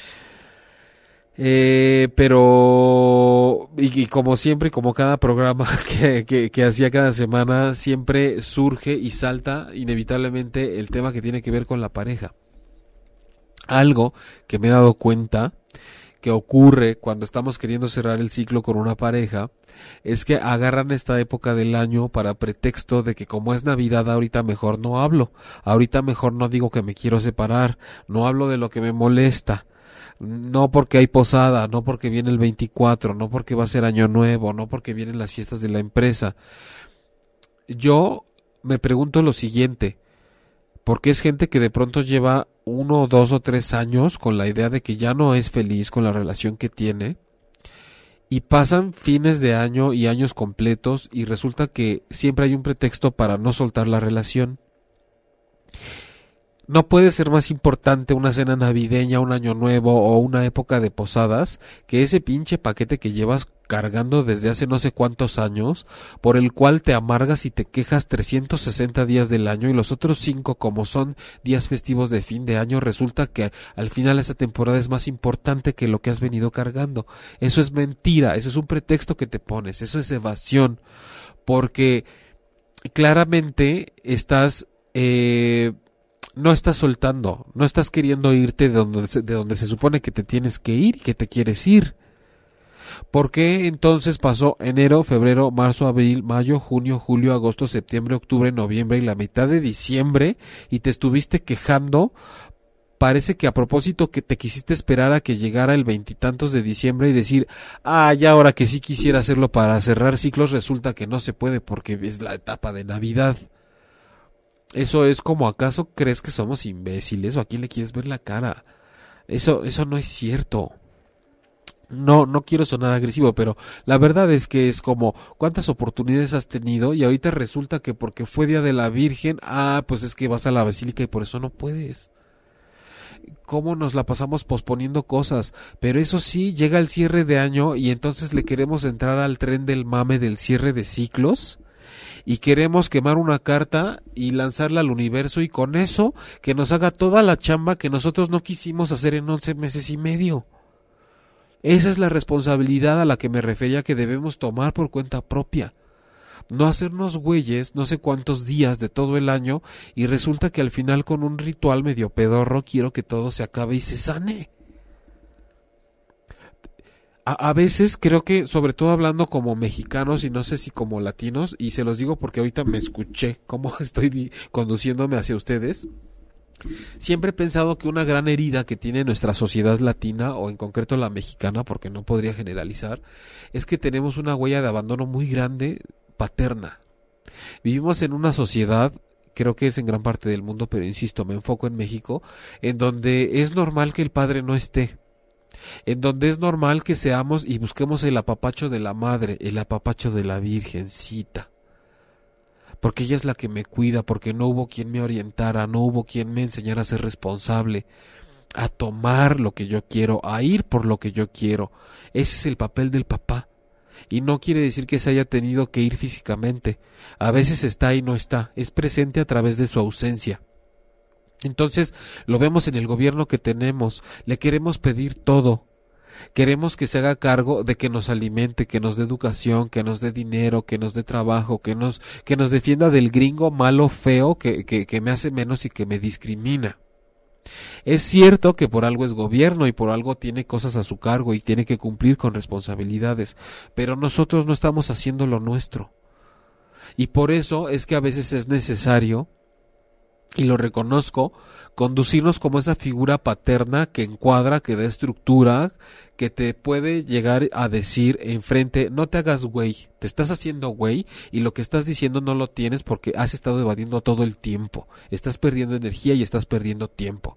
Eh, pero y, y como siempre, como cada programa que, que, que hacía cada semana, siempre surge y salta inevitablemente el tema que tiene que ver con la pareja. Algo que me he dado cuenta que ocurre cuando estamos queriendo cerrar el ciclo con una pareja es que agarran esta época del año para pretexto de que como es Navidad ahorita mejor no hablo, ahorita mejor no digo que me quiero separar, no hablo de lo que me molesta. No porque hay posada, no porque viene el veinticuatro, no porque va a ser año nuevo, no porque vienen las fiestas de la empresa. Yo me pregunto lo siguiente, porque es gente que de pronto lleva uno, dos o tres años con la idea de que ya no es feliz con la relación que tiene y pasan fines de año y años completos y resulta que siempre hay un pretexto para no soltar la relación. No puede ser más importante una cena navideña, un año nuevo o una época de posadas que ese pinche paquete que llevas cargando desde hace no sé cuántos años, por el cual te amargas y te quejas trescientos sesenta días del año y los otros cinco, como son días festivos de fin de año, resulta que al final esa temporada es más importante que lo que has venido cargando. Eso es mentira, eso es un pretexto que te pones, eso es evasión, porque claramente estás... Eh, no estás soltando, no estás queriendo irte de donde, de donde se supone que te tienes que ir y que te quieres ir. ¿Por qué entonces pasó enero, febrero, marzo, abril, mayo, junio, julio, agosto, septiembre, octubre, noviembre y la mitad de diciembre y te estuviste quejando? Parece que a propósito que te quisiste esperar a que llegara el veintitantos de diciembre y decir, ah, ya ahora que sí quisiera hacerlo para cerrar ciclos, resulta que no se puede porque es la etapa de Navidad. Eso es como, ¿acaso crees que somos imbéciles o a quién le quieres ver la cara? Eso, eso no es cierto. No, no quiero sonar agresivo, pero la verdad es que es como, ¿cuántas oportunidades has tenido? Y ahorita resulta que porque fue Día de la Virgen, ah, pues es que vas a la basílica y por eso no puedes. Cómo nos la pasamos posponiendo cosas, pero eso sí, llega el cierre de año y entonces le queremos entrar al tren del mame del cierre de ciclos y queremos quemar una carta y lanzarla al universo y con eso que nos haga toda la chamba que nosotros no quisimos hacer en once meses y medio. Esa es la responsabilidad a la que me refería que debemos tomar por cuenta propia. No hacernos güeyes no sé cuántos días de todo el año y resulta que al final con un ritual medio pedorro quiero que todo se acabe y se sane. A, a veces creo que, sobre todo hablando como mexicanos y no sé si como latinos, y se los digo porque ahorita me escuché cómo estoy di- conduciéndome hacia ustedes, siempre he pensado que una gran herida que tiene nuestra sociedad latina, o en concreto la mexicana, porque no podría generalizar, es que tenemos una huella de abandono muy grande paterna. Vivimos en una sociedad, creo que es en gran parte del mundo, pero insisto, me enfoco en México, en donde es normal que el padre no esté, en donde es normal que seamos y busquemos el apapacho de la madre, el apapacho de la virgencita, porque ella es la que me cuida, porque no hubo quien me orientara, no hubo quien me enseñara a ser responsable, a tomar lo que yo quiero, a ir por lo que yo quiero. Ese es el papel del papá. Y no quiere decir que se haya tenido que ir físicamente. A veces está y no está. Es presente a través de su ausencia. Entonces, lo vemos en el gobierno que tenemos. Le queremos pedir todo. Queremos que se haga cargo de que nos alimente, que nos dé educación, que nos dé dinero, que nos dé trabajo, que nos, que nos defienda del gringo malo, feo, que, que, que me hace menos y que me discrimina. Es cierto que por algo es gobierno y por algo tiene cosas a su cargo y tiene que cumplir con responsabilidades, pero nosotros no estamos haciendo lo nuestro. Y por eso es que a veces es necesario, y lo reconozco, conducirnos como esa figura paterna que encuadra, que da estructura, que te puede llegar a decir enfrente, no te hagas güey, te estás haciendo güey y lo que estás diciendo no lo tienes porque has estado evadiendo todo el tiempo, estás perdiendo energía y estás perdiendo tiempo.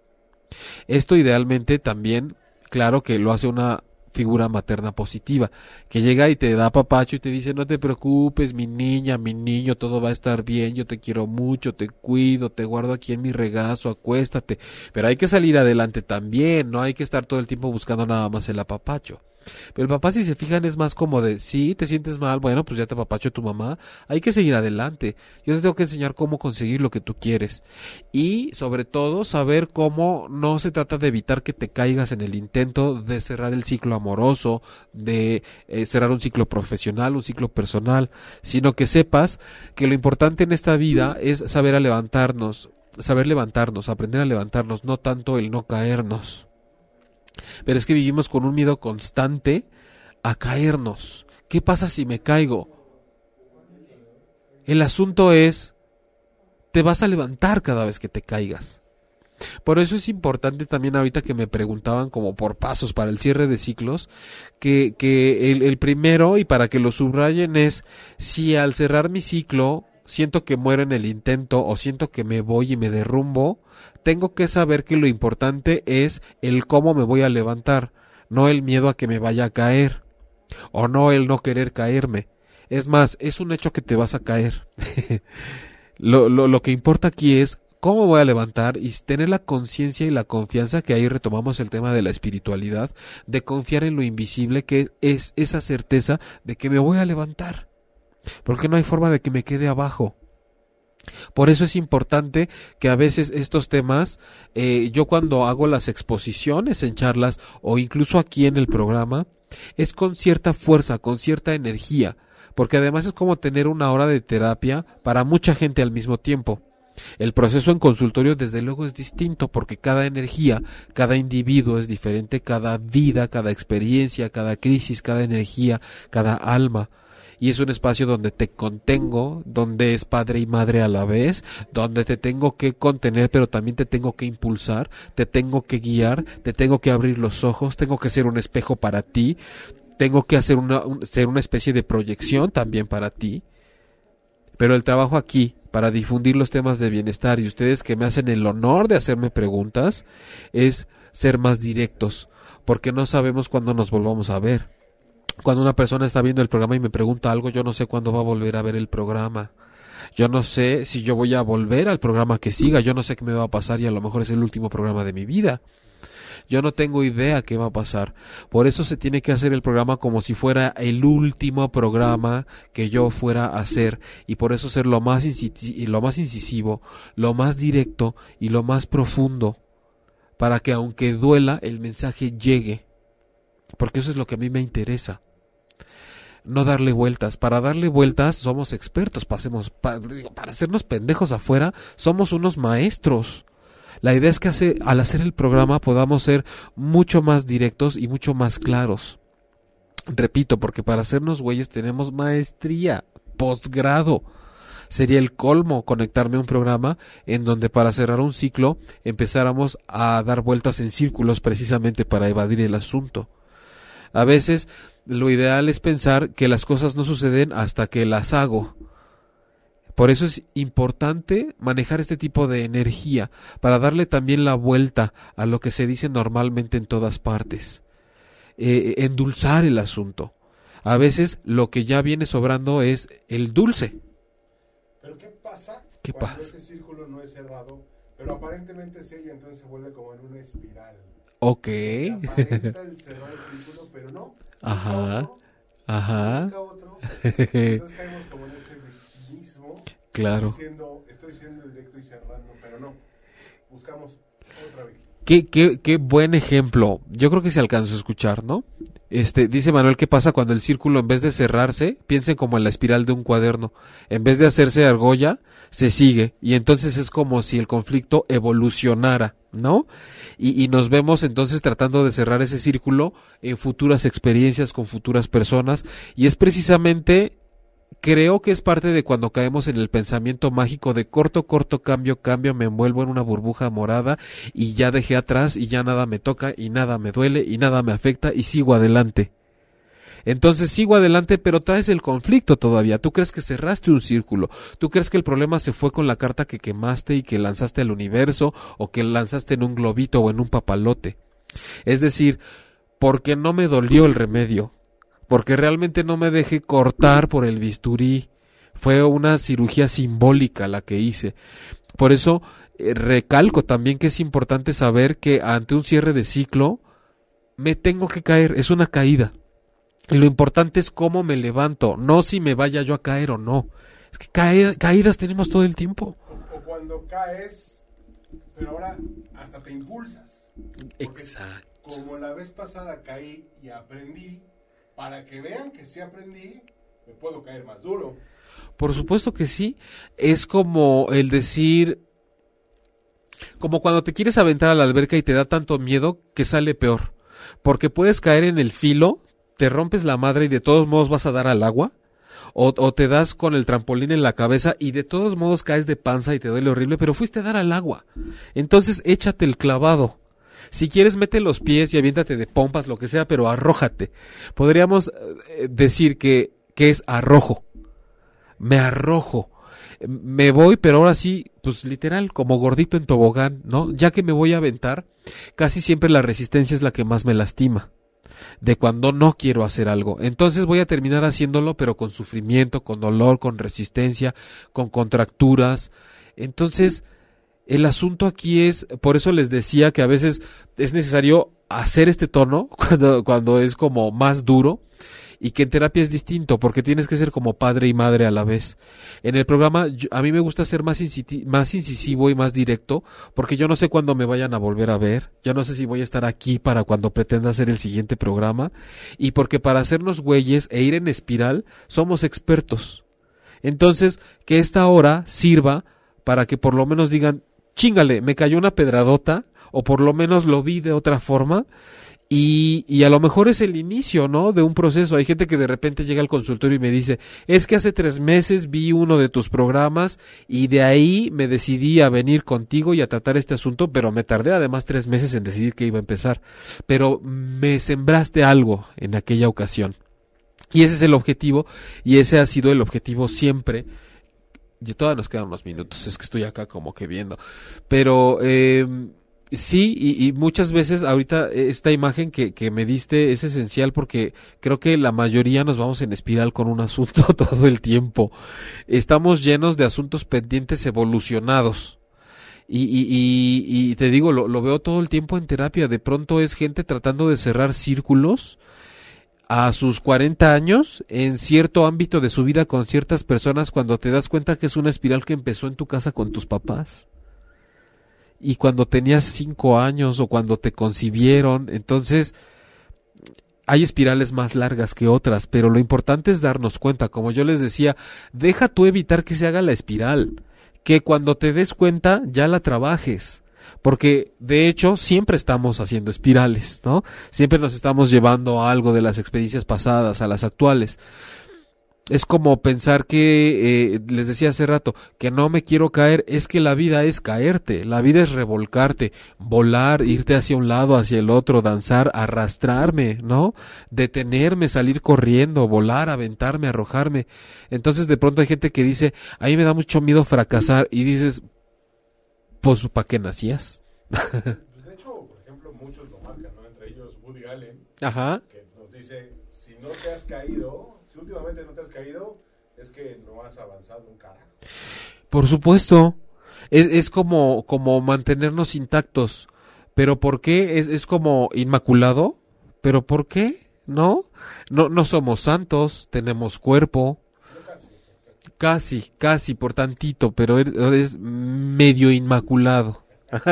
Esto idealmente también, claro que lo hace una figura materna positiva, que llega y te da papacho y te dice, no te preocupes, mi niña, mi niño, todo va a estar bien, yo te quiero mucho, te cuido, te guardo aquí en mi regazo, acuéstate, pero hay que salir adelante también, no hay que estar todo el tiempo buscando nada más el apapacho. Pero el papá, si se fijan, es más como de, sí, te sientes mal, bueno, pues ya te apapacho tu mamá, hay que seguir adelante, yo te tengo que enseñar cómo conseguir lo que tú quieres, y sobre todo saber cómo no se trata de evitar que te caigas en el intento de cerrar el ciclo amoroso, de eh, cerrar un ciclo profesional, un ciclo personal, sino que sepas que lo importante en esta vida es saber a levantarnos, saber levantarnos, aprender a levantarnos, no tanto el no caernos. Pero es que vivimos con un miedo constante a caernos. ¿Qué pasa si me caigo? El asunto es, te vas a levantar cada vez que te caigas. Por eso es importante también ahorita que me preguntaban como por pasos para el cierre de ciclos, que, que el, el primero, y para que lo subrayen, es si al cerrar mi ciclo siento que muero en el intento o siento que me voy y me derrumbo, tengo que saber que lo importante es el cómo me voy a levantar, no el miedo a que me vaya a caer, o no el no querer caerme. Es más, es un hecho que te vas a caer. lo, lo, lo que importa aquí es cómo voy a levantar y tener la conciencia y la confianza, que ahí retomamos el tema de la espiritualidad, de confiar en lo invisible, que es esa certeza de que me voy a levantar. Porque no hay forma de que me quede abajo. Por eso es importante que a veces estos temas, eh, yo cuando hago las exposiciones en charlas o incluso aquí en el programa, es con cierta fuerza, con cierta energía, porque además es como tener una hora de terapia para mucha gente al mismo tiempo. El proceso en consultorio desde luego es distinto porque cada energía, cada individuo es diferente, cada vida, cada experiencia, cada crisis, cada energía, cada alma. Y es un espacio donde te contengo, donde es padre y madre a la vez, donde te tengo que contener, pero también te tengo que impulsar, te tengo que guiar, te tengo que abrir los ojos, tengo que ser un espejo para ti, tengo que hacer una, un, ser una especie de proyección también para ti. Pero el trabajo aquí, para difundir los temas de bienestar, y ustedes que me hacen el honor de hacerme preguntas, es ser más directos, porque no sabemos cuándo nos volvamos a ver. Cuando una persona está viendo el programa y me pregunta algo, yo no sé cuándo va a volver a ver el programa. Yo no sé si yo voy a volver al programa que siga, yo no sé qué me va a pasar y a lo mejor es el último programa de mi vida. Yo no tengo idea qué va a pasar. Por eso se tiene que hacer el programa como si fuera el último programa que yo fuera a hacer. Y por eso ser lo más, incisi- lo más incisivo, lo más directo y lo más profundo. Para que aunque duela, el mensaje llegue. Porque eso es lo que a mí me interesa. No darle vueltas. Para darle vueltas somos expertos. Pasemos, para, para hacernos pendejos afuera, somos unos maestros. La idea es que hace, al hacer el programa podamos ser mucho más directos y mucho más claros. Repito, porque para hacernos güeyes tenemos maestría, posgrado. Sería el colmo conectarme a un programa en donde para cerrar un ciclo empezáramos a dar vueltas en círculos precisamente para evadir el asunto. A veces lo ideal es pensar que las cosas no suceden hasta que las hago. Por eso es importante manejar este tipo de energía, para darle también la vuelta a lo que se dice normalmente en todas partes. Eh, endulzar el asunto. A veces lo que ya viene sobrando es el dulce. ¿Pero qué pasa ¿Qué cuando pasa? ese círculo no es cerrado, pero aparentemente sí, y entonces se vuelve como en una espiral? Ok. Aparenta el cerrar el círculo, pero no. Ajá. Busca otro, Ajá. busca otro, entonces caemos como en este mismo, Claro. diciendo, estoy siendo directo y cerrando, pero no. Buscamos otra vez. Qué, qué, qué buen ejemplo. Yo creo que se alcanzó a escuchar, ¿no? Este, dice Manuel, ¿qué pasa cuando el círculo en vez de cerrarse, piensen como en la espiral de un cuaderno? En vez de hacerse argolla, se sigue. Y entonces es como si el conflicto evolucionara, ¿no? Y, y nos vemos entonces tratando de cerrar ese círculo en futuras experiencias con futuras personas. Y es precisamente... Creo que es parte de cuando caemos en el pensamiento mágico de corto, corto, cambio, cambio, me envuelvo en una burbuja morada y ya dejé atrás y ya nada me toca y nada me duele y nada me afecta y sigo adelante. Entonces sigo adelante, pero traes el conflicto todavía. Tú crees que cerraste un círculo, tú crees que el problema se fue con la carta que quemaste y que lanzaste al universo o que lanzaste en un globito o en un papalote. Es decir, porque no me dolió el remedio. Porque realmente no me dejé cortar por el bisturí. Fue una cirugía simbólica la que hice. Por eso eh, recalco también que es importante saber que ante un cierre de ciclo me tengo que caer, es una caída. Y lo importante es cómo me levanto, no si me vaya yo a caer o no. Es que cae, caídas tenemos todo el tiempo. O, o cuando caes, pero ahora hasta te impulsas. Porque Exacto. como la vez pasada caí y aprendí, para que vean que sí aprendí, me puedo caer más duro. Por supuesto que sí. Es como el decir, como cuando te quieres aventar a la alberca y te da tanto miedo que sale peor. Porque puedes caer en el filo, te rompes la madre y de todos modos vas a dar al agua. O, o te das con el trampolín en la cabeza y de todos modos caes de panza y te duele horrible, pero fuiste a dar al agua. Entonces échate el clavado. Si quieres, mete los pies y aviéntate de pompas, lo que sea, pero arrójate. Podríamos eh, decir que, que es arrojo. Me arrojo. Me voy, pero ahora sí, pues literal, como gordito en tobogán, ¿no? Ya que me voy a aventar, casi siempre la resistencia es la que más me lastima. De cuando no quiero hacer algo. Entonces voy a terminar haciéndolo, pero con sufrimiento, con dolor, con resistencia, con contracturas. Entonces... El asunto aquí es, por eso les decía que a veces es necesario hacer este tono cuando, cuando es como más duro y que en terapia es distinto porque tienes que ser como padre y madre a la vez. En el programa yo, a mí me gusta ser más, inciti- más incisivo y más directo porque yo no sé cuándo me vayan a volver a ver, yo no sé si voy a estar aquí para cuando pretenda hacer el siguiente programa y porque para hacernos güeyes e ir en espiral somos expertos. Entonces, que esta hora sirva para que por lo menos digan, chíngale, me cayó una pedradota, o por lo menos lo vi de otra forma. Y, y a lo mejor es el inicio, ¿no? De un proceso. Hay gente que de repente llega al consultorio y me dice, es que hace tres meses vi uno de tus programas y de ahí me decidí a venir contigo y a tratar este asunto, pero me tardé además tres meses en decidir que iba a empezar. Pero me sembraste algo en aquella ocasión. Y ese es el objetivo, y ese ha sido el objetivo siempre. Y todavía nos quedan unos minutos, es que estoy acá como que viendo. Pero, eh... sí, y, y muchas veces ahorita esta imagen que, que me diste es esencial porque creo que la mayoría nos vamos en espiral con un asunto todo el tiempo. Estamos llenos de asuntos pendientes evolucionados. Y, y, y, y te digo, lo, lo veo todo el tiempo en terapia. De pronto es gente tratando de cerrar círculos a sus cuarenta años en cierto ámbito de su vida con ciertas personas cuando te das cuenta que es una espiral que empezó en tu casa con tus papás. Y cuando tenías cinco años o cuando te concibieron, entonces hay espirales más largas que otras, pero lo importante es darnos cuenta, como yo les decía, deja tú evitar que se haga la espiral, que cuando te des cuenta ya la trabajes, porque de hecho siempre estamos haciendo espirales, ¿no? Siempre nos estamos llevando a algo de las experiencias pasadas a las actuales. Es como pensar que, eh, les decía hace rato, que no me quiero caer, es que la vida es caerte, la vida es revolcarte, volar, irte hacia un lado, hacia el otro, danzar, arrastrarme, ¿no? Detenerme, salir corriendo, volar, aventarme, arrojarme. Entonces de pronto hay gente que dice, a mí me da mucho miedo fracasar, y dices, pues ¿para qué nacías? Pues de hecho, por ejemplo, muchos lo marcan, ¿no? Entre ellos Woody Allen, Ajá. que nos dice, si no te has caído... Si últimamente no te has caído, es que no has avanzado un carajo. Por supuesto. Es, es como, como mantenernos intactos. ¿Pero por qué? Es, es como inmaculado. ¿Pero por qué? ¿No? No, no somos santos, tenemos cuerpo. No, casi. Casi, casi, por tantito, pero eres medio inmaculado.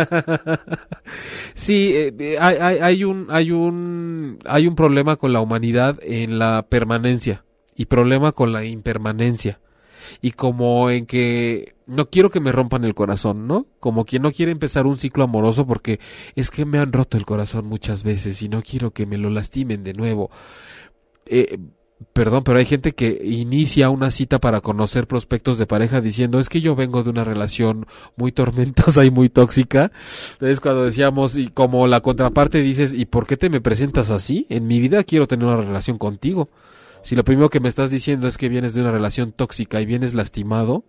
Sí, eh, hay, hay, hay un, hay un, hay un problema con la humanidad en la permanencia. Y problema con la impermanencia. Y como en que no quiero que me rompan el corazón, ¿no? Como quien no quiere empezar un ciclo amoroso porque es que me han roto el corazón muchas veces y no quiero que me lo lastimen de nuevo. Eh, perdón, pero hay gente que inicia una cita para conocer prospectos de pareja diciendo, es que yo vengo de una relación muy tormentosa y muy tóxica. Entonces cuando decíamos, y como la contraparte dices, ¿y por qué te me presentas así? En mi vida quiero tener una relación contigo. Si lo primero que me estás diciendo es que vienes de una relación tóxica y vienes lastimado,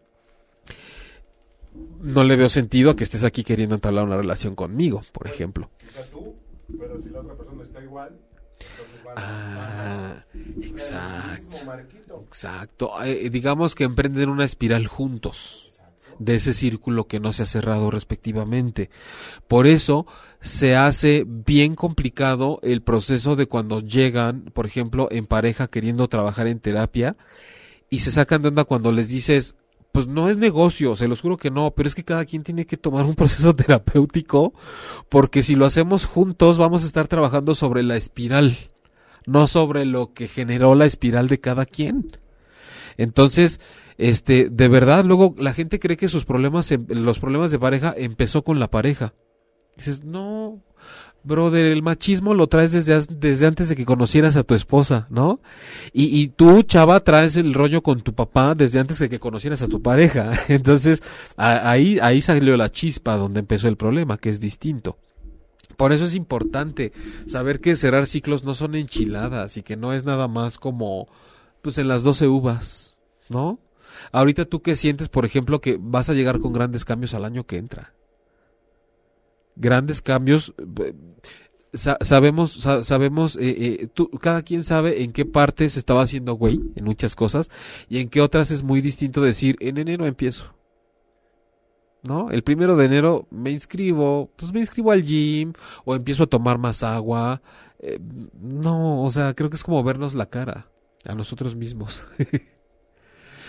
no le veo sentido a que estés aquí queriendo entablar una relación conmigo, por ejemplo. Quizá tú, pero si la otra persona está igual, entonces van, Ah, van a exacto. el mismo marquito. Exacto. Eh, digamos que emprenden una espiral juntos de ese círculo que no se ha cerrado respectivamente. Por eso se hace bien complicado el proceso de cuando llegan, por ejemplo, en pareja queriendo trabajar en terapia y se sacan de onda cuando les dices, pues no es negocio, se los juro que no, pero es que cada quien tiene que tomar un proceso terapéutico porque si lo hacemos juntos vamos a estar trabajando sobre la espiral, no sobre lo que generó la espiral de cada quien. Entonces, este, de verdad, luego la gente cree que sus problemas, los problemas de pareja empezó con la pareja. Dices, no, brother, el machismo lo traes desde, desde antes de que conocieras a tu esposa, ¿no? Y, y tú, chava, traes el rollo con tu papá desde antes de que conocieras a tu pareja. Entonces, a, ahí, ahí salió la chispa donde empezó el problema, que es distinto. Por eso es importante saber que cerrar ciclos no son enchiladas y que no es nada más como, pues en las doce uvas, ¿no? Ahorita tú qué sientes, por ejemplo, que vas a llegar con grandes cambios al año que entra. Grandes cambios, sa- sabemos, sa- sabemos, eh, eh, tú, cada quien sabe en qué parte se estaba haciendo güey en muchas cosas y en qué otras es muy distinto decir, en enero empiezo. ¿No? El primero de enero me inscribo, pues me inscribo al gym o empiezo a tomar más agua. Eh, no, o sea, creo que es como vernos la cara a nosotros mismos.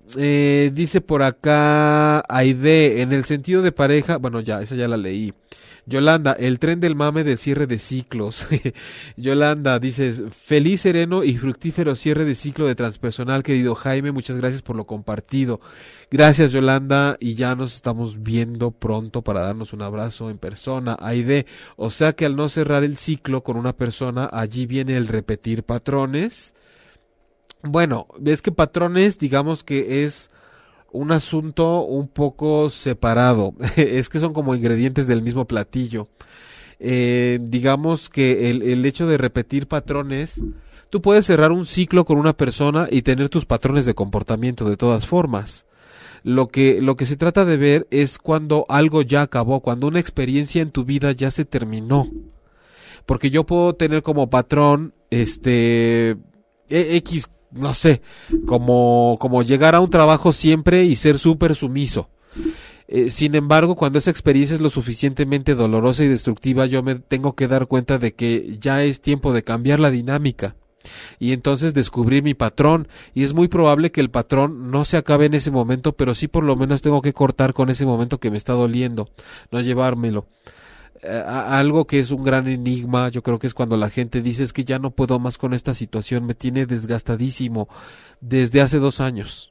Eh, dice por acá Aide, en el sentido de pareja, bueno ya, esa ya la leí. Yolanda, el tren del mame del cierre de ciclos. Yolanda, dices, feliz, sereno y fructífero cierre de ciclo de transpersonal, querido Jaime, muchas gracias por lo compartido. Gracias, Yolanda, y ya nos estamos viendo pronto para darnos un abrazo en persona. Aide, o sea que al no cerrar el ciclo con una persona, allí viene el repetir patrones. Bueno, ves que patrones, digamos que es un asunto un poco separado, es que son como ingredientes del mismo platillo. Eh, digamos que el, el hecho de repetir patrones, tú puedes cerrar un ciclo con una persona y tener tus patrones de comportamiento de todas formas. Lo que, lo que se trata de ver es cuando algo ya acabó, cuando una experiencia en tu vida ya se terminó. Porque yo puedo tener como patrón, este, X, no sé, como, como llegar a un trabajo siempre y ser súper sumiso. Eh, sin embargo, cuando esa experiencia es lo suficientemente dolorosa y destructiva, yo me tengo que dar cuenta de que ya es tiempo de cambiar la dinámica. Y entonces descubrir mi patrón, y es muy probable que el patrón no se acabe en ese momento, pero sí por lo menos tengo que cortar con ese momento que me está doliendo, no llevármelo. Eh, algo que es un gran enigma, yo creo que es cuando la gente dice es que ya no puedo más con esta situación, me tiene desgastadísimo desde hace dos años.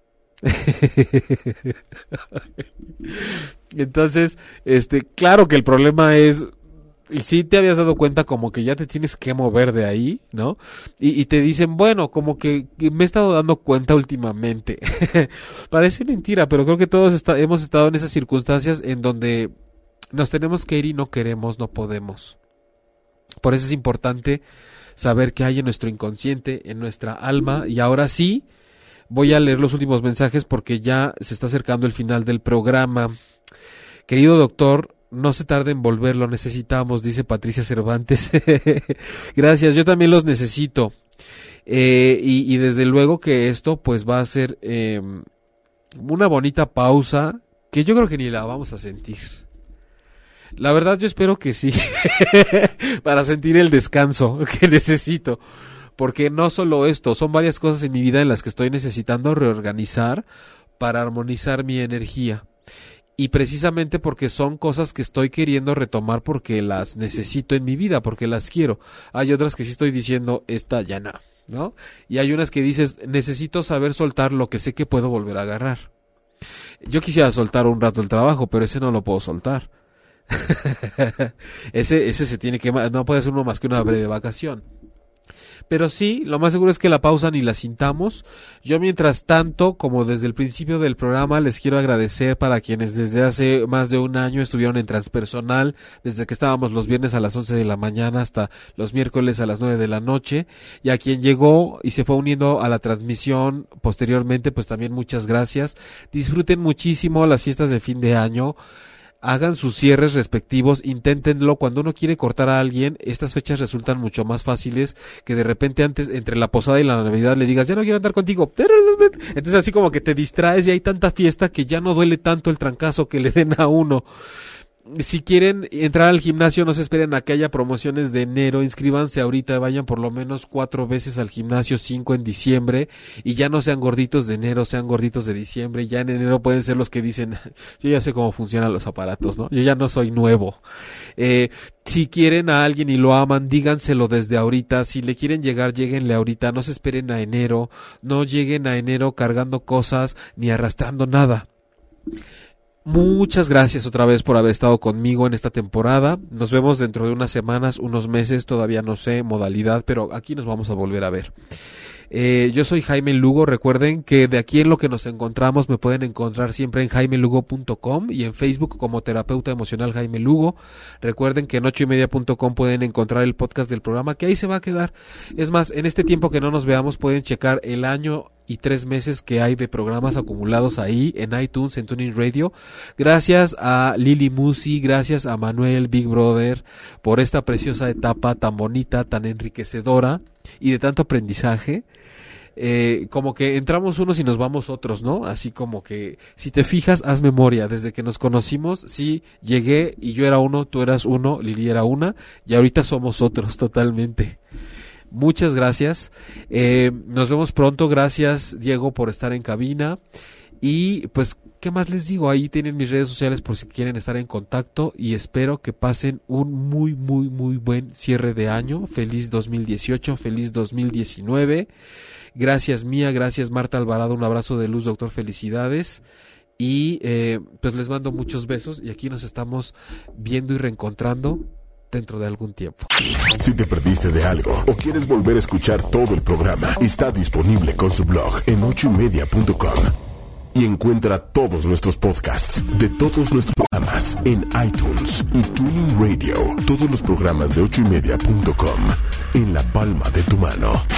Entonces, este, claro que el problema es, y si te habías dado cuenta como que ya te tienes que mover de ahí, ¿no? Y, y te dicen, bueno, como que, que me he estado dando cuenta últimamente. Parece mentira, pero creo que todos está, hemos estado en esas circunstancias en donde nos tenemos que ir y no queremos, no podemos. Por eso es importante saber qué hay en nuestro inconsciente, en nuestra alma. Y ahora sí, voy a leer los últimos mensajes porque ya se está acercando el final del programa. Querido doctor, no se tarde en volver, lo necesitamos, dice Patricia Cervantes. Gracias, yo también los necesito. Eh, y, y desde luego que esto pues va a ser eh, una bonita pausa que yo creo que ni la vamos a sentir. La verdad yo espero que sí, para sentir el descanso que necesito, porque no solo esto, son varias cosas en mi vida en las que estoy necesitando reorganizar para armonizar mi energía, y precisamente porque son cosas que estoy queriendo retomar porque las necesito en mi vida, porque las quiero. Hay otras que sí estoy diciendo, esta ya no, ¿no? Y hay unas que dices, necesito saber soltar lo que sé que puedo volver a agarrar. Yo quisiera soltar un rato el trabajo, pero ese no lo puedo soltar. ese ese se tiene que, no puede ser uno más que una breve vacación. Pero sí, lo más seguro es que la pausa ni la sintamos. Yo mientras tanto, como desde el principio del programa, les quiero agradecer para quienes desde hace más de un año estuvieron en Transpersonal, desde que estábamos los viernes a las once de la mañana hasta los miércoles a las nueve de la noche, y a quien llegó y se fue uniendo a la transmisión posteriormente, pues también muchas gracias. Disfruten muchísimo las fiestas de fin de año. Hagan sus cierres respectivos, inténtenlo. Cuando uno quiere cortar a alguien, estas fechas resultan mucho más fáciles que de repente antes, entre la posada y la Navidad, le digas, ya no quiero andar contigo. Entonces así como que te distraes y hay tanta fiesta que ya no duele tanto el trancazo que le den a uno. Si quieren entrar al gimnasio, no se esperen a que haya promociones de enero, inscríbanse ahorita, vayan por lo menos cuatro veces al gimnasio, cinco en diciembre, y ya no sean gorditos de enero, sean gorditos de diciembre. Ya en enero pueden ser los que dicen, yo ya sé cómo funcionan los aparatos, ¿no? Yo ya no soy nuevo. Eh, si quieren a alguien y lo aman, díganselo desde ahorita. Si le quieren llegar, lléguenle ahorita, no se esperen a enero, no lleguen a enero cargando cosas ni arrastrando nada. Muchas gracias otra vez por haber estado conmigo en esta temporada. Nos vemos dentro de unas semanas, unos meses, todavía no sé modalidad, pero aquí nos vamos a volver a ver. Eh, yo soy Jaime Lugo. Recuerden que de aquí en lo que nos encontramos me pueden encontrar siempre en jaime lugo punto com y en Facebook como terapeuta emocional Jaime Lugo. Recuerden que en ocho y media punto com pueden encontrar el podcast del programa, que ahí se va a quedar. Es más, en este tiempo que no nos veamos pueden checar el año y tres meses que hay de programas acumulados ahí en iTunes, en TuneIn Radio. Gracias a Lili Musi, gracias a Manuel Big Brother por esta preciosa etapa tan bonita, tan enriquecedora y de tanto aprendizaje. Eh, como que entramos unos y nos vamos otros, ¿no? Así como que, si te fijas, haz memoria. Desde que nos conocimos, sí, llegué y yo era uno, tú eras uno, Lili era una, y ahorita somos otros totalmente. Muchas gracias. Eh, nos vemos pronto. Gracias, Diego, por estar en cabina. Y pues, ¿qué más les digo? Ahí tienen mis redes sociales por si quieren estar en contacto y espero que pasen un muy, muy, muy buen cierre de año. Feliz dos mil dieciocho, feliz dos mil diecinueve. Gracias Mía, gracias Marta Alvarado, un abrazo de luz, doctor, felicidades. Y eh, pues les mando muchos besos y aquí nos estamos viendo y reencontrando dentro de algún tiempo. Si te perdiste de algo o quieres volver a escuchar todo el programa, está disponible con su blog en ocho y media punto com. Y encuentra todos nuestros podcasts de todos nuestros programas en iTunes y TuneIn Radio. Todos los programas de ocho y media punto com en la palma de tu mano.